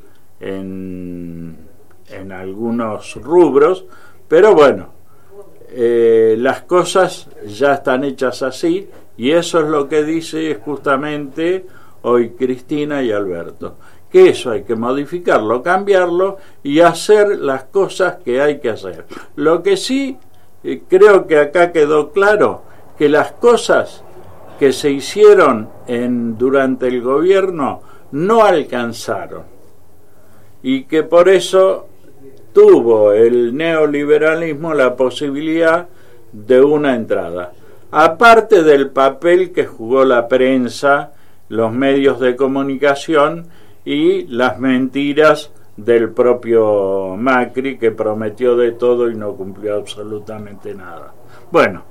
en, en algunos rubros, pero bueno, eh, las cosas ya están hechas así y eso es lo que dice justamente hoy Cristina y Alberto, que eso hay que modificarlo, cambiarlo y hacer las cosas que hay que hacer. Lo que sí eh, creo que acá quedó claro, que las cosas que se hicieron en, durante el gobierno no alcanzaron y que por eso tuvo el neoliberalismo la posibilidad de una entrada, aparte del papel que jugó la prensa, los medios de comunicación y las mentiras del propio Macri, que prometió de todo y no cumplió absolutamente nada. Bueno,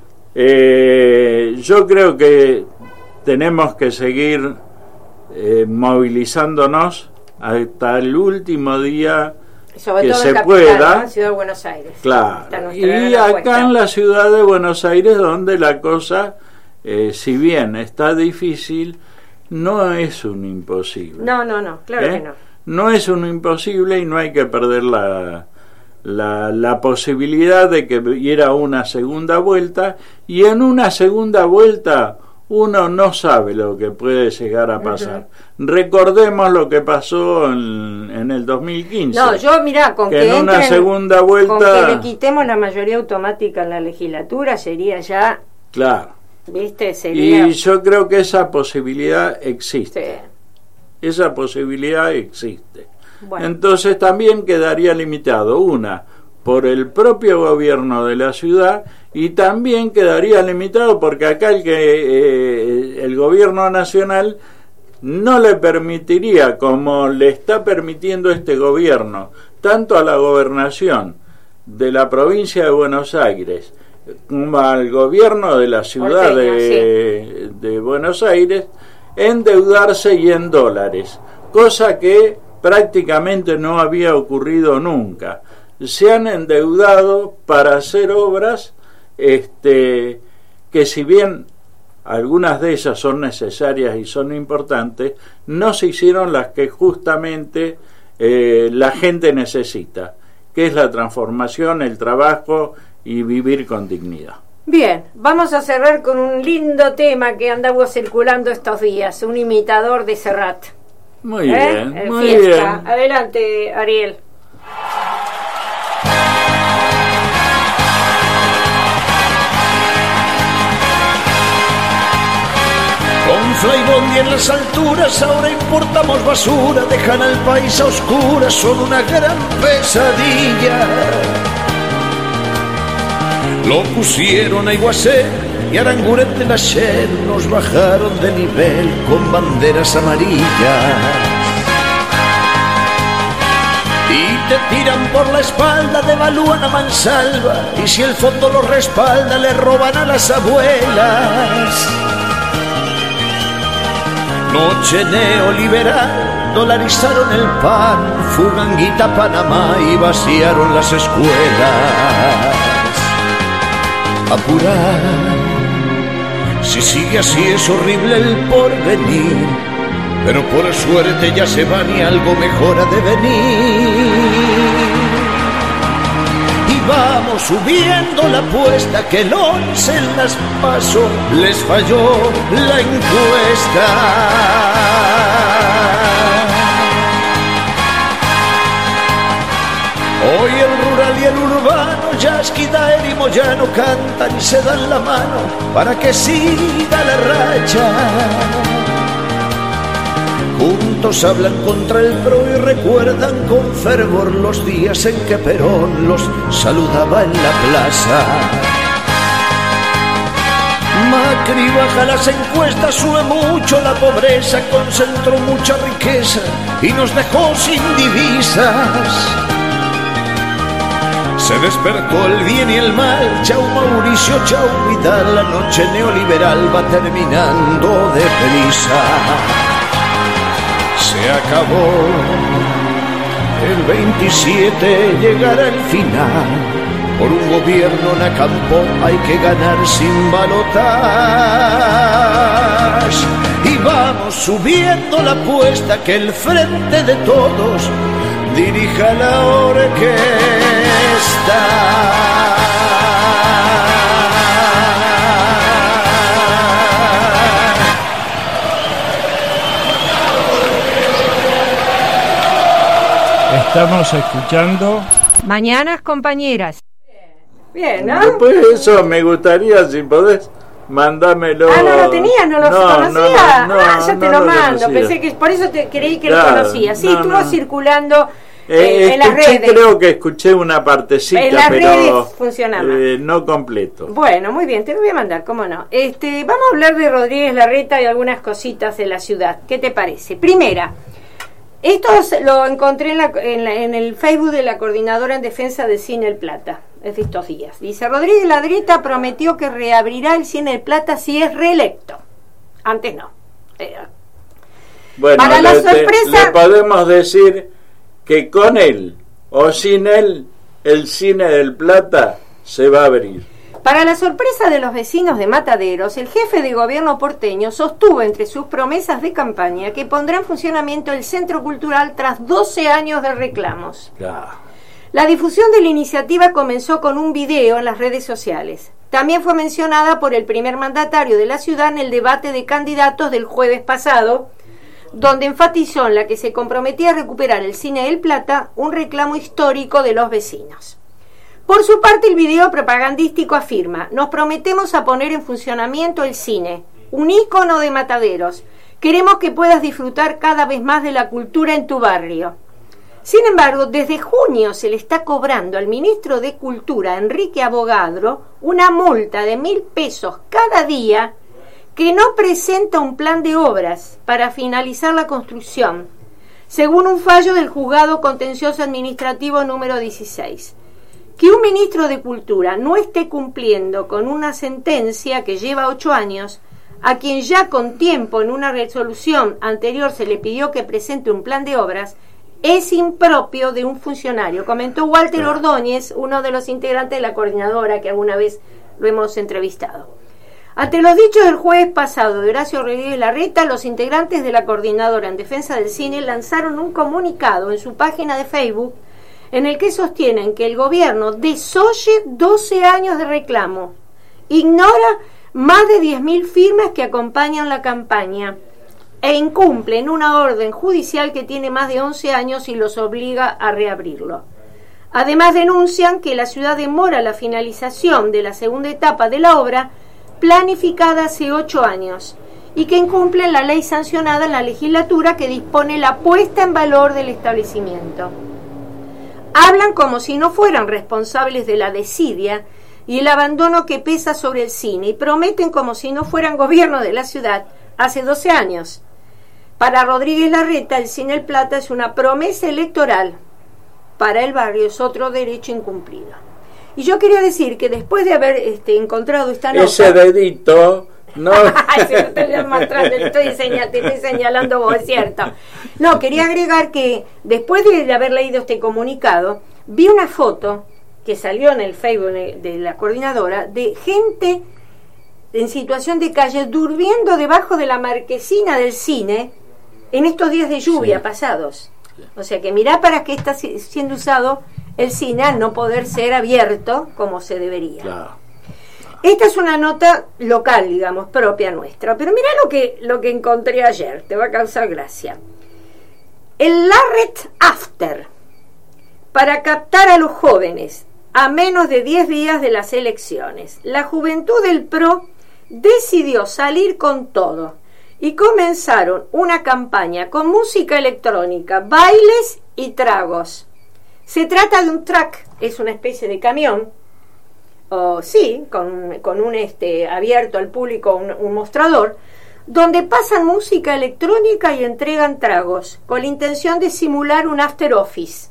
eh, yo creo que tenemos que seguir eh, movilizándonos hasta el último día
sobre
que
todo
se
en capital,
pueda,
¿no? Ciudad de Buenos Aires.
Claro. Y acá en la ciudad de Buenos Aires, donde la cosa, eh, si bien está difícil, no es un imposible.
No, no, no, claro ¿Eh? que no.
No es un imposible y no hay que perder la, la, la posibilidad de que hubiera una segunda vuelta, y en una segunda vuelta uno no sabe lo que puede llegar a pasar. Uh-huh. Recordemos lo que pasó en, en el dos mil quince.
No, yo mirá, con que,
que en
entren,
una segunda vuelta,
con que le quitemos la mayoría automática en la legislatura sería ya...
Claro.
¿Viste? Sería...
Y yo creo que esa posibilidad existe. Sí. Esa posibilidad existe. Bueno. Entonces también quedaría limitado, una, por el propio gobierno de la ciudad, y también quedaría limitado porque acá el, que, eh, el gobierno nacional no le permitiría, como le está permitiendo este gobierno, tanto a la gobernación de la provincia de Buenos Aires como al gobierno de la ciudad Porteña, de, sí. de Buenos Aires, endeudarse y en dólares, cosa que prácticamente no había ocurrido nunca. Se han endeudado para hacer obras este, que, si bien algunas de ellas son necesarias y son importantes, no se hicieron las que justamente eh, la gente necesita, que es la transformación, el trabajo y vivir con dignidad.
Bien, vamos a cerrar con un lindo tema que andaba circulando estos días, un imitador de Serrat.
Muy
¿Eh?
bien,
En
muy
fiesta.
bien.
Adelante, Ariel.
Con Flybondi en las alturas, ahora importamos basura, dejan al país a oscuras, son una gran pesadilla. Lo pusieron a Iguacé y Aranguren de la Shell, nos bajaron de nivel con banderas amarillas. Y te tiran por la espalda, devalúan a mansalva, y si el fondo lo respalda, le roban a las abuelas. Noche neoliberal, dolarizaron el pan, fuganguita a Panamá y vaciaron las escuelas. Apurar, si sigue así es horrible el porvenir, pero por suerte ya se van y algo mejor ha de venir. Y vamos subiendo la apuesta que el once en las PASO les falló la encuesta. Hoy el rural y el urbano, Yasky, Daer y Moyano cantan y se dan la mano para que siga la racha. Juntos hablan contra el P R O y recuerdan con fervor los días en que Perón los saludaba en la plaza. Macri baja las encuestas, sube mucho la pobreza, concentró mucha riqueza y nos dejó sin divisas. Se despertó el bien y el mal, chau Mauricio, chau Vidal, la noche neoliberal va terminando deprisa. Se acabó, el veintisiete llegará el final, por un gobierno en acampo hay que ganar sin balotaje. Y vamos subiendo la apuesta que el frente de todos dirija la orquesta.
Estamos escuchando
Mañanas Compañeras. Bien, ¿no?
Después de eso me gustaría, si podés, mandármelo.
Ah, no lo tenías, no lo
no,
conocía.
No, no,
ah, ya te
no
lo
lo
mando.
conocía.
Pensé que por eso te creí que
Claro,
lo conocía. Sí,
no,
estuvo
no.
circulando
Eh,
eh, en las
escuché,
redes.
creo que escuché una partecita,
En las
pero
redes funcionaba.
eh, no completo.
Bueno, muy bien, te lo voy a mandar, cómo no. Este, vamos a hablar de Rodríguez Larreta y algunas cositas de la ciudad. ¿Qué te parece? Primera, esto lo encontré en, la, en, la, en el Facebook de la Coordinadora en Defensa del Cine El Plata, es de estos días. Dice, Rodríguez Larreta prometió que reabrirá el Cine El Plata si es reelecto. Antes no. Eh,
Bueno,
para la
le,
sorpresa...
le podemos decir que con él o sin él, el Cine del Plata se va a abrir.
Para la sorpresa de los vecinos de Mataderos, el jefe de gobierno porteño sostuvo entre sus promesas de campaña que pondrá en funcionamiento el centro cultural tras doce años de reclamos.
Ya.
La difusión de la iniciativa comenzó con un video en las redes sociales. También fue mencionada por el primer mandatario de la ciudad en el debate de candidatos del jueves pasado, donde enfatizó en la que se comprometía a recuperar el Cine del Plata, un reclamo histórico de los vecinos. Por su parte, el video propagandístico afirma: nos prometemos a poner en funcionamiento el cine, un ícono de Mataderos. Queremos que puedas disfrutar cada vez más de la cultura en tu barrio. Sin embargo, desde junio se le está cobrando al ministro de Cultura, Enrique Abogadro, una multa de mil pesos cada día que no presenta un plan de obras para finalizar la construcción, según un fallo del Juzgado Contencioso Administrativo número dieciséis. Que un ministro de Cultura no esté cumpliendo con una sentencia que lleva ocho años, a quien ya con tiempo en una resolución anterior se le pidió que presente un plan de obras, es impropio de un funcionario, comentó Walter Ordóñez, uno de los integrantes de la coordinadora que alguna vez lo hemos entrevistado. Ante los dichos del jueves pasado de Horacio Rodríguez Larreta, los integrantes de la Coordinadora en Defensa del Cine lanzaron un comunicado en su página de Facebook en el que sostienen que el gobierno desoye doce años de reclamo, ignora más de diez mil firmas que acompañan la campaña e incumplen una orden judicial que tiene más de once años y los obliga a reabrirlo. Además denuncian que la ciudad demora la finalización de la segunda etapa de la obra planificada hace ocho años y que incumplen la ley sancionada en la legislatura que dispone la puesta en valor del establecimiento. Hablan como si no fueran responsables de la desidia y el abandono que pesa sobre el cine y prometen como si no fueran gobierno de la ciudad hace doce años. Para Rodríguez Larreta, el Cine El Plata es una promesa electoral. Para el barrio es otro derecho incumplido. Y yo quería decir que después de haber este, encontrado esta nota...
Ese dedito... No.
Ay, se lo estoy mostrando, te estoy, señal, te estoy señalando vos, es cierto. No, quería agregar que después de haber leído este comunicado, vi una foto que salió en el Facebook de la coordinadora de gente en situación de calle durmiendo debajo de la marquesina del cine en estos días de lluvia sí. pasados. O sea que mirá para qué está siendo usado el cine al no poder ser abierto como se debería. Claro. Esta es una nota local, digamos, propia nuestra. Pero mirá lo que, lo que encontré ayer, te va a causar gracia. El Larret After, para captar a los jóvenes a menos de diez días de las elecciones. La juventud del P R O decidió salir con todo y comenzaron una campaña con música electrónica, bailes y tragos. Se trata de un track, es una especie de camión, o sí, con, con un este abierto al público, un, un mostrador, donde pasan música electrónica y entregan tragos, con la intención de simular un after office.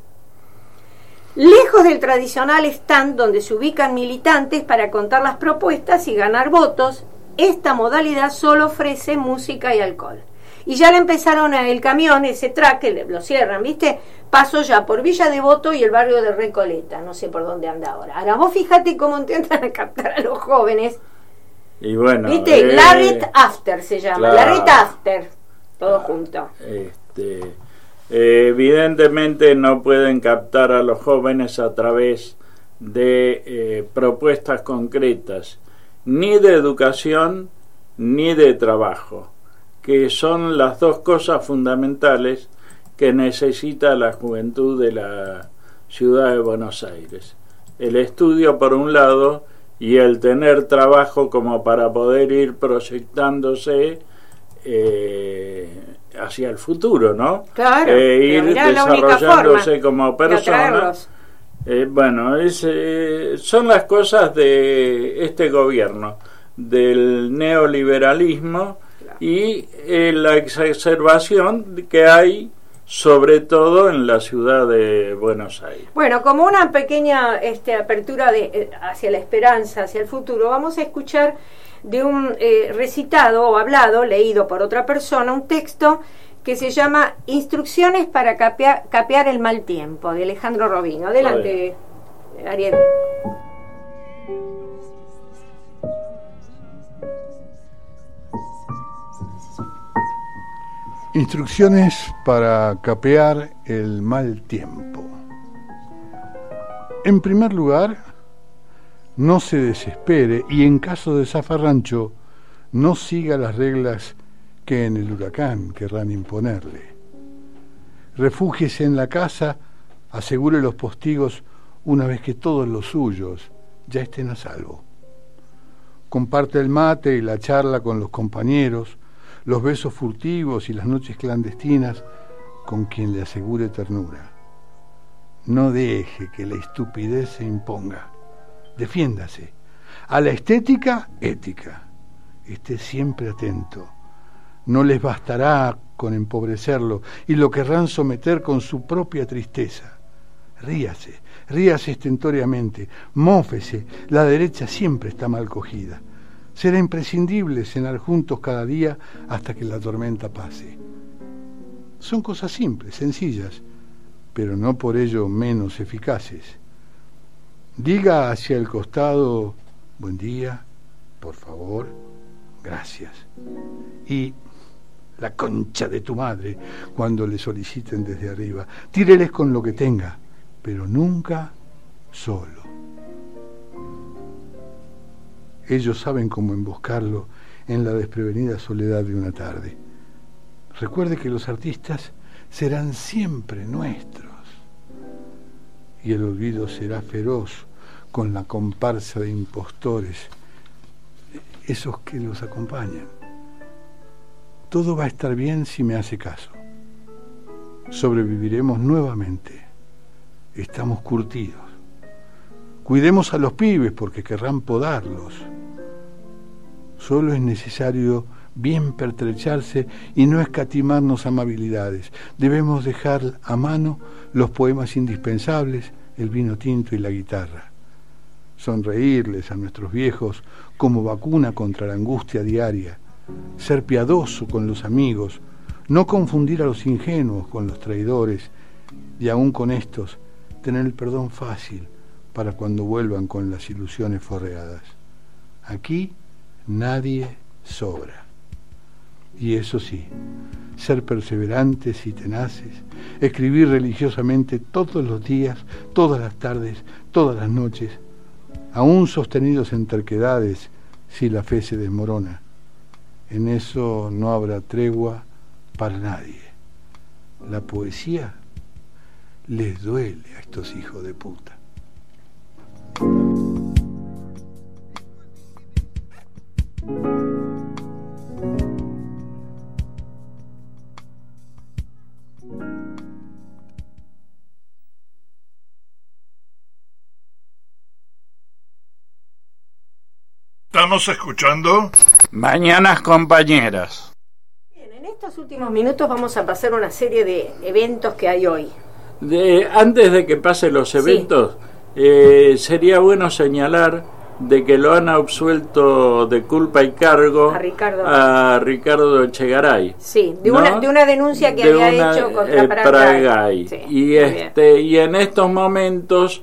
Lejos del tradicional stand donde se ubican militantes para contar las propuestas y ganar votos, esta modalidad solo ofrece música y alcohol. Y ya le empezaron a, el camión, ese track, que lo cierran, ¿viste? Pasó ya por Villa Devoto y el barrio de Recoleta, no sé por dónde anda ahora. Ahora vos fíjate cómo intentan captar a los jóvenes.
Y bueno,
¿viste?
Eh,
Larret After se llama, claro, Larret After, todo claro, junto.
Este, eh, evidentemente no pueden captar a los jóvenes a través de eh, propuestas concretas, ni de educación, ni de trabajo, que son las dos cosas fundamentales que necesita la juventud de la ciudad de Buenos Aires. El estudio por un lado y el tener trabajo como para poder ir proyectándose eh, hacia el futuro, ¿no?
Claro,
eh, ir desarrollándose como persona. Eh, bueno, es, eh, son las cosas de este gobierno, del neoliberalismo, claro, y eh, la exacerbación que hay sobre todo en la ciudad de Buenos Aires.
Bueno, como una pequeña este, apertura de, eh, hacia la esperanza, hacia el futuro, vamos a escuchar de un eh, recitado o hablado, leído por otra persona, un texto que se llama Instrucciones para capear, capear el mal tiempo, de Alejandro Robino. Adelante, Ariel.
Instrucciones para capear el mal tiempo. En primer lugar, no se desespere y en caso de zafarrancho, no siga las reglas que en el huracán querrán imponerle. Refúgiese en la casa, asegure los postigos una vez que todos los suyos ya estén a salvo. Comparte el mate y la charla con los compañeros, los besos furtivos y las noches clandestinas con quien le asegure ternura. No deje que la estupidez se imponga. Defiéndase. A la estética, ética. Esté siempre atento. No les bastará con empobrecerlo y lo querrán someter con su propia tristeza. Ríase, ríase estentóreamente, mófese, la derecha siempre está mal cogida. Será imprescindible cenar juntos cada día hasta que la tormenta pase. Son cosas simples, sencillas, pero no por ello menos eficaces. Diga hacia el costado, buen día, por favor, gracias. Y la concha de tu madre, cuando le soliciten desde arriba. Tíreles con lo que tenga, pero nunca solo. Ellos saben cómo emboscarlo en la desprevenida soledad de una tarde. Recuerde que los artistas serán siempre nuestros, y el olvido será feroz con la comparsa de impostores, esos que los acompañan. Todo va a estar bien si me hace caso. Sobreviviremos nuevamente. Estamos curtidos. Cuidemos a los pibes porque querrán podarlos. Solo es necesario bien pertrecharse y no escatimarnos amabilidades. Debemos dejar a mano los poemas indispensables, el vino tinto y la guitarra. Sonreírles a nuestros viejos como vacuna contra la angustia diaria. Ser piadoso con los amigos, no confundir a los ingenuos con los traidores, y aún con estos, tener el perdón fácil para cuando vuelvan con las ilusiones forreadas. Aquí nadie sobra. Y eso sí, ser perseverantes y tenaces, escribir religiosamente todos los días, todas las tardes, todas las noches, aún sostenidos en terquedades si la fe se desmorona. En eso no habrá tregua para nadie. La poesía les duele a estos hijos de puta.
Estamos escuchando
Mañanas Compañeras.
Bien, en estos últimos minutos vamos a pasar una serie de eventos que hay hoy.
De, antes de que pasen los eventos, sí. eh, sería bueno señalar de que lo han absuelto de culpa y cargo
a Ricardo,
a Ricardo Echegaray.
Sí, de,
¿no?
una, de una denuncia que
de
había
una,
hecho contra
eh, Pratgay.
Sí,
y, este, y en estos momentos,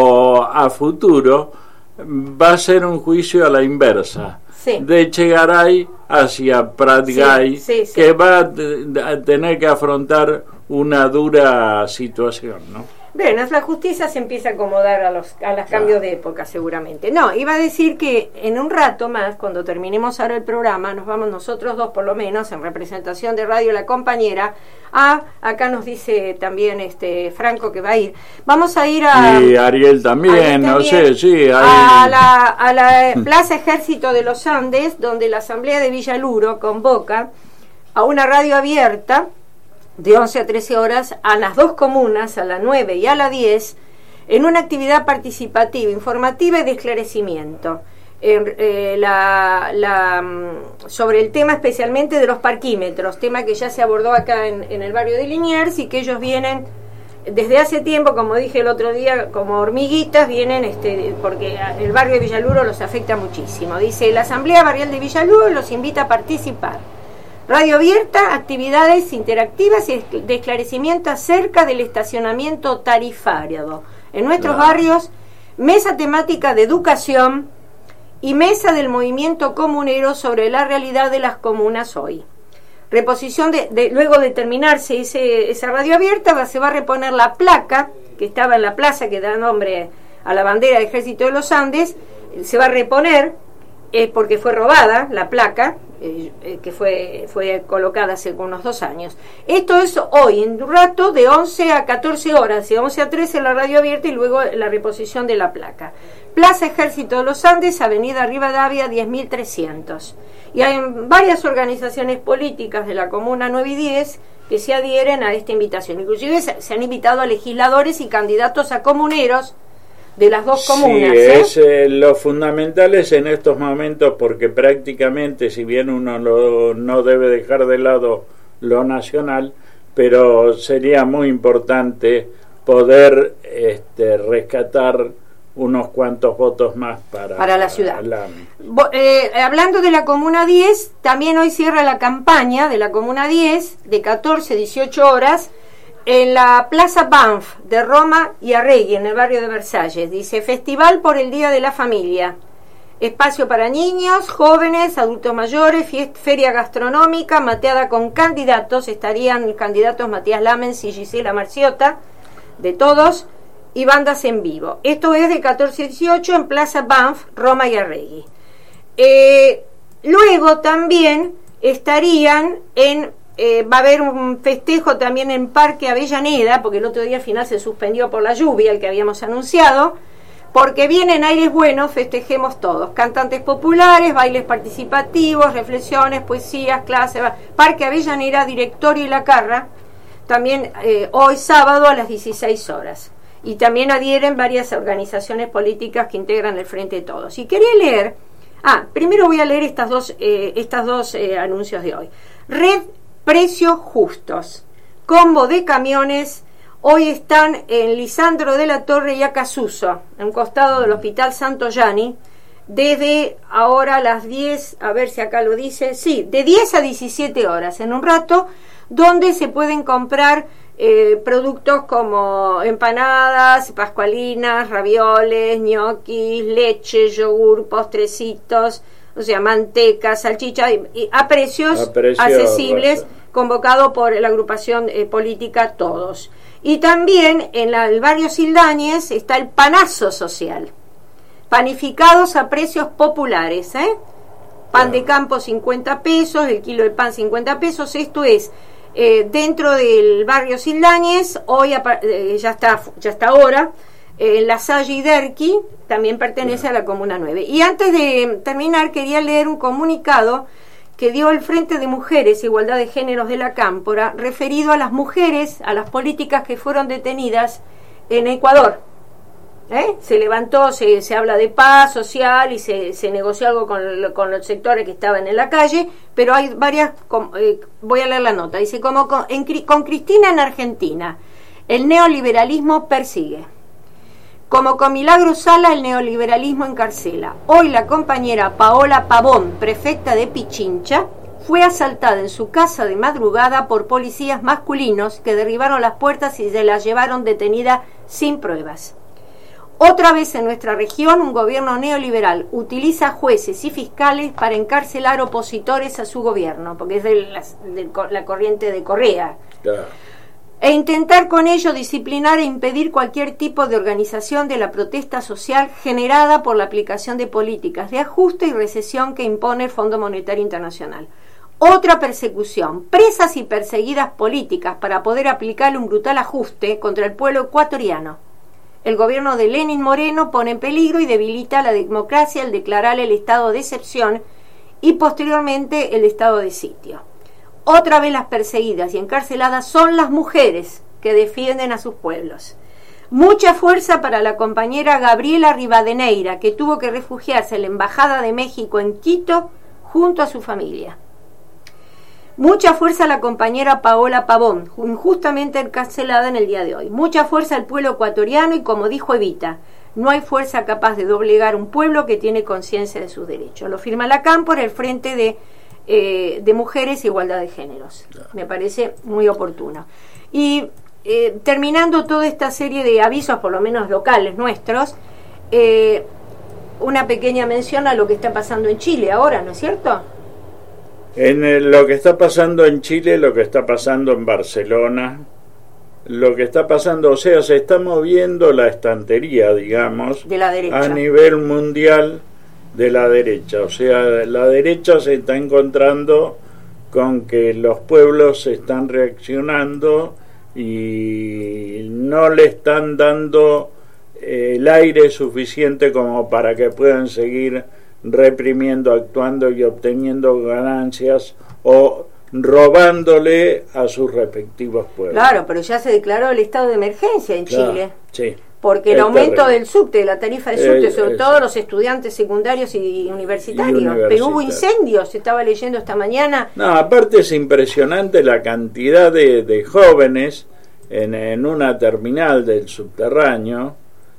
o a futuro, va a ser un juicio a la inversa. Sí. De Echegaray hacia Pratgay, sí, sí, sí. que va a tener que afrontar una dura situación, ¿no?
Bueno, la justicia se empieza a acomodar a los a los cambios de época seguramente. No, iba a decir que en un rato más, cuando terminemos ahora el programa, nos vamos nosotros dos por lo menos, en representación de Radio La Compañera, a, acá nos dice también este Franco que va a ir, vamos a ir a...
Y Ariel también, Ariel no también, sé, sí. Ahí.
A la, a la Plaza Ejército de los Andes, donde la Asamblea de Villaluro convoca a una radio abierta de once a trece horas a las dos comunas, a la nueve y a la diez, en una actividad participativa, informativa y de esclarecimiento eh, eh, la, la, sobre el tema especialmente de los parquímetros, tema que ya se abordó acá en, en el barrio de Liniers y que ellos vienen desde hace tiempo, como dije el otro día, como hormiguitas, vienen este, porque el barrio de Villaluro los afecta muchísimo. Dice, la Asamblea Barrial de Villaluro los invita a participar. Radio abierta, actividades interactivas y de esclarecimiento acerca del estacionamiento tarifario en nuestros claro. barrios, mesa temática de educación y mesa del movimiento comunero sobre la realidad de las comunas hoy. Reposición de, de luego de terminarse ese, esa radio abierta, va, se va a reponer la placa que estaba en la plaza que da nombre a la bandera del Ejército de los Andes, se va a reponer eh, porque fue robada la placa. Eh, que fue fue colocada hace unos dos años. Esto es hoy, en un rato, de once a catorce horas, de once a trece la radio abierta y luego la reposición de la placa. Plaza Ejército de los Andes, Avenida Rivadavia diez mil trescientos. Y hay varias organizaciones políticas de la Comuna nueve y diez que se adhieren a esta invitación. Inclusive se, se han invitado a legisladores y candidatos a comuneros de las dos comunas.
Sí, ¿eh? es eh, lo fundamental es en estos momentos, porque prácticamente, si bien uno lo, no debe dejar de lado lo nacional, pero sería muy importante poder este, rescatar unos cuantos votos más para,
para la ciudad.
La...
Eh, hablando de la Comuna diez, también hoy cierra la campaña de la Comuna diez de catorce a dieciocho horas en la Plaza Banff de Roma y Arregui, en el barrio de Versalles. Dice, Festival por el Día de la Familia. Espacio para niños, jóvenes, adultos mayores, fiest- feria gastronómica, mateada con candidatos. Estarían candidatos Matías Lamens y Gisela Marciota, de todos. y bandas en vivo. Esto es de catorce a dieciocho en Plaza Banff, Roma y Arregui. Eh, luego también estarían en... Eh, va a haber un festejo también en Parque Avellaneda, porque el otro día al final se suspendió por la lluvia, el que habíamos anunciado, porque vienen aires buenos, festejemos todos. Cantantes populares, bailes participativos, reflexiones, poesías, clases. Parque Avellaneda, Directorio y La Carra, también eh, hoy sábado a las dieciséis horas. Y también adhieren varias organizaciones políticas que integran el Frente de Todos. Y quería leer, ah, primero voy a leer estas dos, eh, estas dos eh, anuncios de hoy. Red Precios Justos, combo de camiones, hoy están en Lisandro de la Torre y Acasuso, en un costado del Hospital Santo Yani, desde ahora a las diez, a ver si acá lo dice, sí, de diez a diecisiete horas, en un rato, donde se pueden comprar eh, productos como empanadas, pascualinas, ravioles, ñoquis, leche, yogur, postrecitos, o sea, manteca, salchicha, y, y a precios a precio accesibles, rosa. Convocado por la agrupación eh, política Todos. Y también en la, el barrio Sildañez está el Panazo Social, panificados a precios populares, ¿eh? Pan de campo cincuenta pesos, el kilo de pan cincuenta pesos, esto es eh, dentro del barrio Sildañez, hoy eh, ya está ya está ahora, eh, La Salle y Derqui, también pertenece a la Comuna nueve. Y antes de terminar, quería leer un comunicado que dio el Frente de Mujeres, Igualdad de Géneros de la Cámpora, referido a las mujeres, a las políticas que fueron detenidas en Ecuador. ¿Eh? Se levantó, se, se habla de paz social y se, se negoció algo con, con los sectores que estaban en la calle, pero hay varias, com, eh, voy a leer la nota, dice, como con, en, con Cristina en Argentina, el neoliberalismo persigue. Como con Milagro Sala, el neoliberalismo encarcela. Hoy la compañera Paola Pavón, prefecta de Pichincha, fue asaltada en su casa de madrugada por policías masculinos que derribaron las puertas y se la llevaron detenida sin pruebas. Otra vez en nuestra región, un gobierno neoliberal utiliza jueces y fiscales para encarcelar opositores a su gobierno, porque es de la, de la corriente de Correa. Yeah. E intentar con ello disciplinar e impedir cualquier tipo de organización de la protesta social generada por la aplicación de políticas de ajuste y recesión que impone el Fondo Monetario Internacional. Otra persecución, presas y perseguidas políticas para poder aplicar un brutal ajuste contra el pueblo ecuatoriano. El gobierno de Lenín Moreno pone en peligro y debilita la democracia al declarar el estado de excepción y posteriormente el estado de sitio. Otra vez las perseguidas y encarceladas son las mujeres que defienden a sus pueblos. Mucha fuerza para la compañera Gabriela Rivadeneira, que tuvo que refugiarse en la Embajada de México en Quito junto a su familia. Mucha fuerza a la compañera Paola Pavón, injustamente encarcelada en el día de hoy. Mucha fuerza al pueblo ecuatoriano y, como dijo Evita, no hay fuerza capaz de doblegar un pueblo que tiene conciencia de sus derechos. Lo firma la Cámpora, el Frente de Eh, de Mujeres e Igualdad de Géneros. Me parece muy oportuno. Y eh, terminando toda esta serie de avisos, por lo menos locales nuestros, eh, una pequeña mención a lo que está pasando en Chile ahora, ¿no es cierto?
En el, lo que está pasando en Chile, lo que está pasando en Barcelona, lo que está pasando, o sea, se está moviendo la estantería, digamos,
de la derecha
a nivel mundial de la derecha, o sea, la derecha se está encontrando con que los pueblos están reaccionando y no le están dando eh, el aire suficiente como para que puedan seguir reprimiendo, actuando y obteniendo ganancias o robándole a sus respectivos pueblos.
Claro, pero ya se declaró el estado de emergencia en
claro,
Chile.
Sí.
Porque el
es
aumento
terrible.
del subte, de la tarifa del subte,
eh,
sobre
eh,
todo
sí.
los estudiantes secundarios y universitarios.
Y
Pero
universitarios.
hubo incendios, se estaba leyendo esta mañana.
No, aparte es impresionante la cantidad de, de jóvenes en, en una terminal del subterráneo,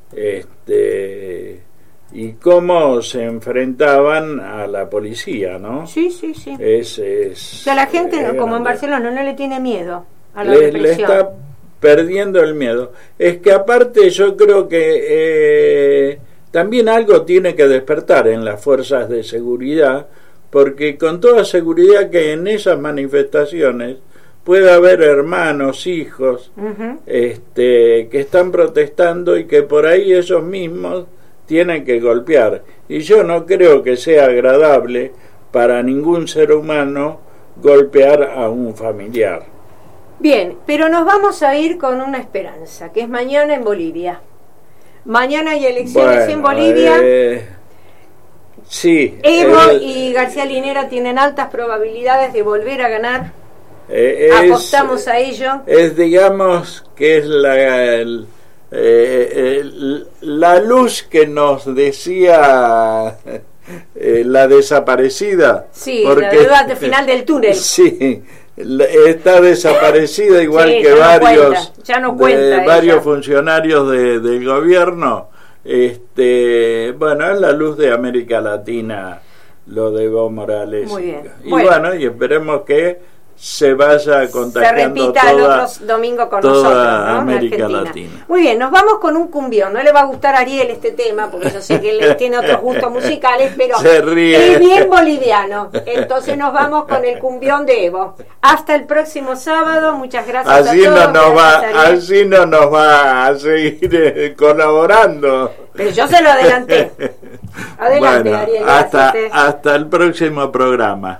este, y cómo se enfrentaban a la policía, ¿no?
Sí, sí, sí.
Es, es,
o sea, la gente,
es
como en
grande.
Barcelona, no le tiene miedo a la
le,
represión.
le está perdiendo el miedo. Es que aparte yo creo que eh, también algo tiene que despertar en las fuerzas de seguridad, porque con toda seguridad que en esas manifestaciones puede haber hermanos, hijos, uh-huh. este, que están protestando y que por ahí ellos mismos tienen que golpear. Y yo no creo que sea agradable para ningún ser humano golpear a un familiar.
Bien, pero nos vamos a ir con una esperanza, que es mañana en Bolivia. Mañana hay elecciones bueno, en Bolivia.
Eh, sí.
Evo el, y García Linera tienen altas probabilidades de volver a ganar.
Eh, es,
Apostamos a ello.
Es, digamos, que es la, el, eh, el, la luz que nos decía eh, la desaparecida.
Sí, porque, la verdad, al final del túnel.
Sí, está desaparecida igual sí, que varios,
no no de,
varios funcionarios de, del gobierno. Este, bueno, es la luz de América Latina, lo de Evo Morales.
Muy bien.
Y bueno, bueno y esperemos que se vaya contagiando
se repita
toda,
el otro domingo con
toda
nosotros, ¿no?
América Latina.
Muy bien, nos vamos con un cumbión. No le va a gustar a Ariel este tema, porque yo sé que él tiene otros gustos musicales, pero
se ríe.
Es bien boliviano. Entonces nos vamos con el cumbión de Evo. Hasta el próximo sábado. Muchas gracias
así
a todos.
No nos va, así no nos va a seguir eh, colaborando.
Pero yo se lo adelanté. Adelante,
bueno,
Ariel.
Hasta, hasta el próximo programa.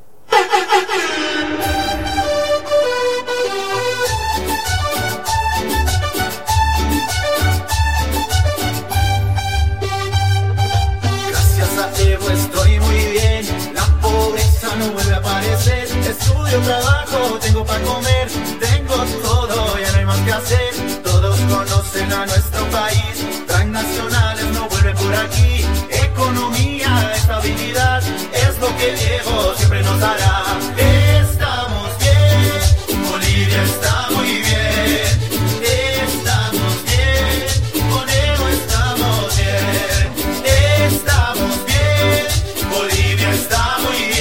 Estudio, trabajo, tengo para comer, tengo todo, ya no hay más que hacer. Todos conocen a nuestro país, transnacionales no vuelven por aquí. Economía, estabilidad, es lo que Evo siempre nos dará. Estamos bien, Bolivia está muy bien. Estamos bien, con Evo estamos bien. Estamos bien, Bolivia está muy bien.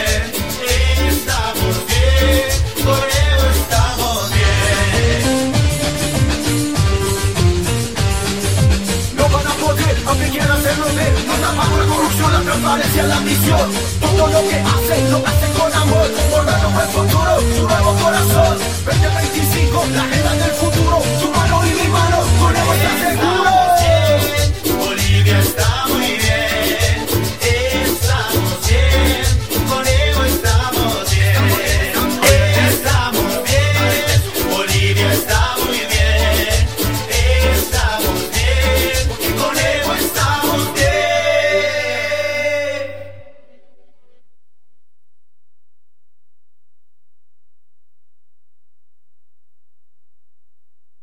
La transparencia, la ambición, todo lo que hacen, lo hacen con amor, por darnos el futuro, su nuevo corazón. veinte veinticinco, la agenda del futuro, tu mano y mi mano.